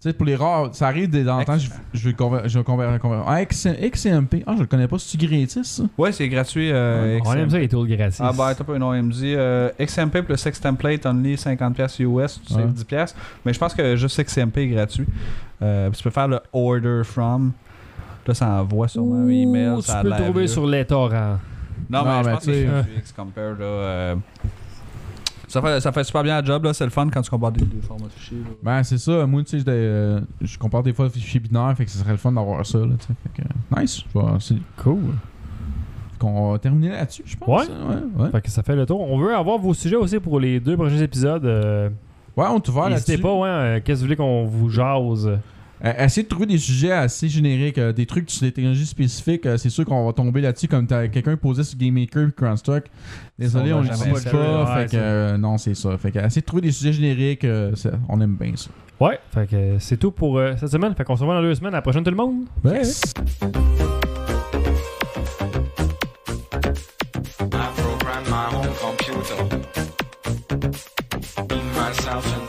sais, pour les rares, ça arrive de temps en temps, je, je vais convertir. Je vais conver- conver- ah, X M P. Ah, je le connais pas. C'est-tu gratis, ça? Ouais, c'est gratuit. Euh, On aime ça, les tools gratis. Ah, bah, t'as pas une O M D. Euh, X M P plus X Template, only cinquante dollars U S, tu Ouais. sais, dix dollars. Mais je pense que juste X M P est gratuit. Euh, tu peux faire le order from. Là, ça envoie sûrement un email. Ouh, Ça tu a peux le l'air trouver vieux. sur les torrents. Non, Non, mais, mais je pense que tu sais, c'est X-Compare, là. Euh, ça, fait, ça fait super bien le job, là. C'est le fun quand tu compares des, des formats de fichiers. Là. Ben, c'est ça. Moi, tu sais, j'étais, euh, je compare des fois les fichiers binaires, fait que ce serait le fun d'avoir ça, là, tu sais. Fait que, euh, nice. Je vais- c'est- Cool. qu'on va terminer là-dessus, je pense. Ouais. Ouais, ouais. Fait que ça fait le tour. On veut avoir vos sujets aussi pour les deux prochains épisodes. Euh, Ouais, on est ouvert N'hésitez là-dessus. pas, ouais. euh, Qu'est-ce que vous voulez qu'on vous jase? Euh, essayez de trouver des sujets assez génériques, euh, des trucs sur des technologies spécifiques. euh, c'est sûr qu'on va tomber là-dessus, comme t'as- quelqu'un posait sur GameMaker et Cranstock. Désolé, Ça, on on va l'utilise jamais pas. faire. Ouais, fait que, ça. euh, non, c'est ça. Fait que, essayez de trouver des sujets génériques. euh, ça- on aime bien ça. Ouais, fait que euh, c'est tout pour euh, cette semaine. Fait qu'on se revoit dans deux semaines. À la prochaine, tout le monde. Ouais. I program my own computer. Me, myself, and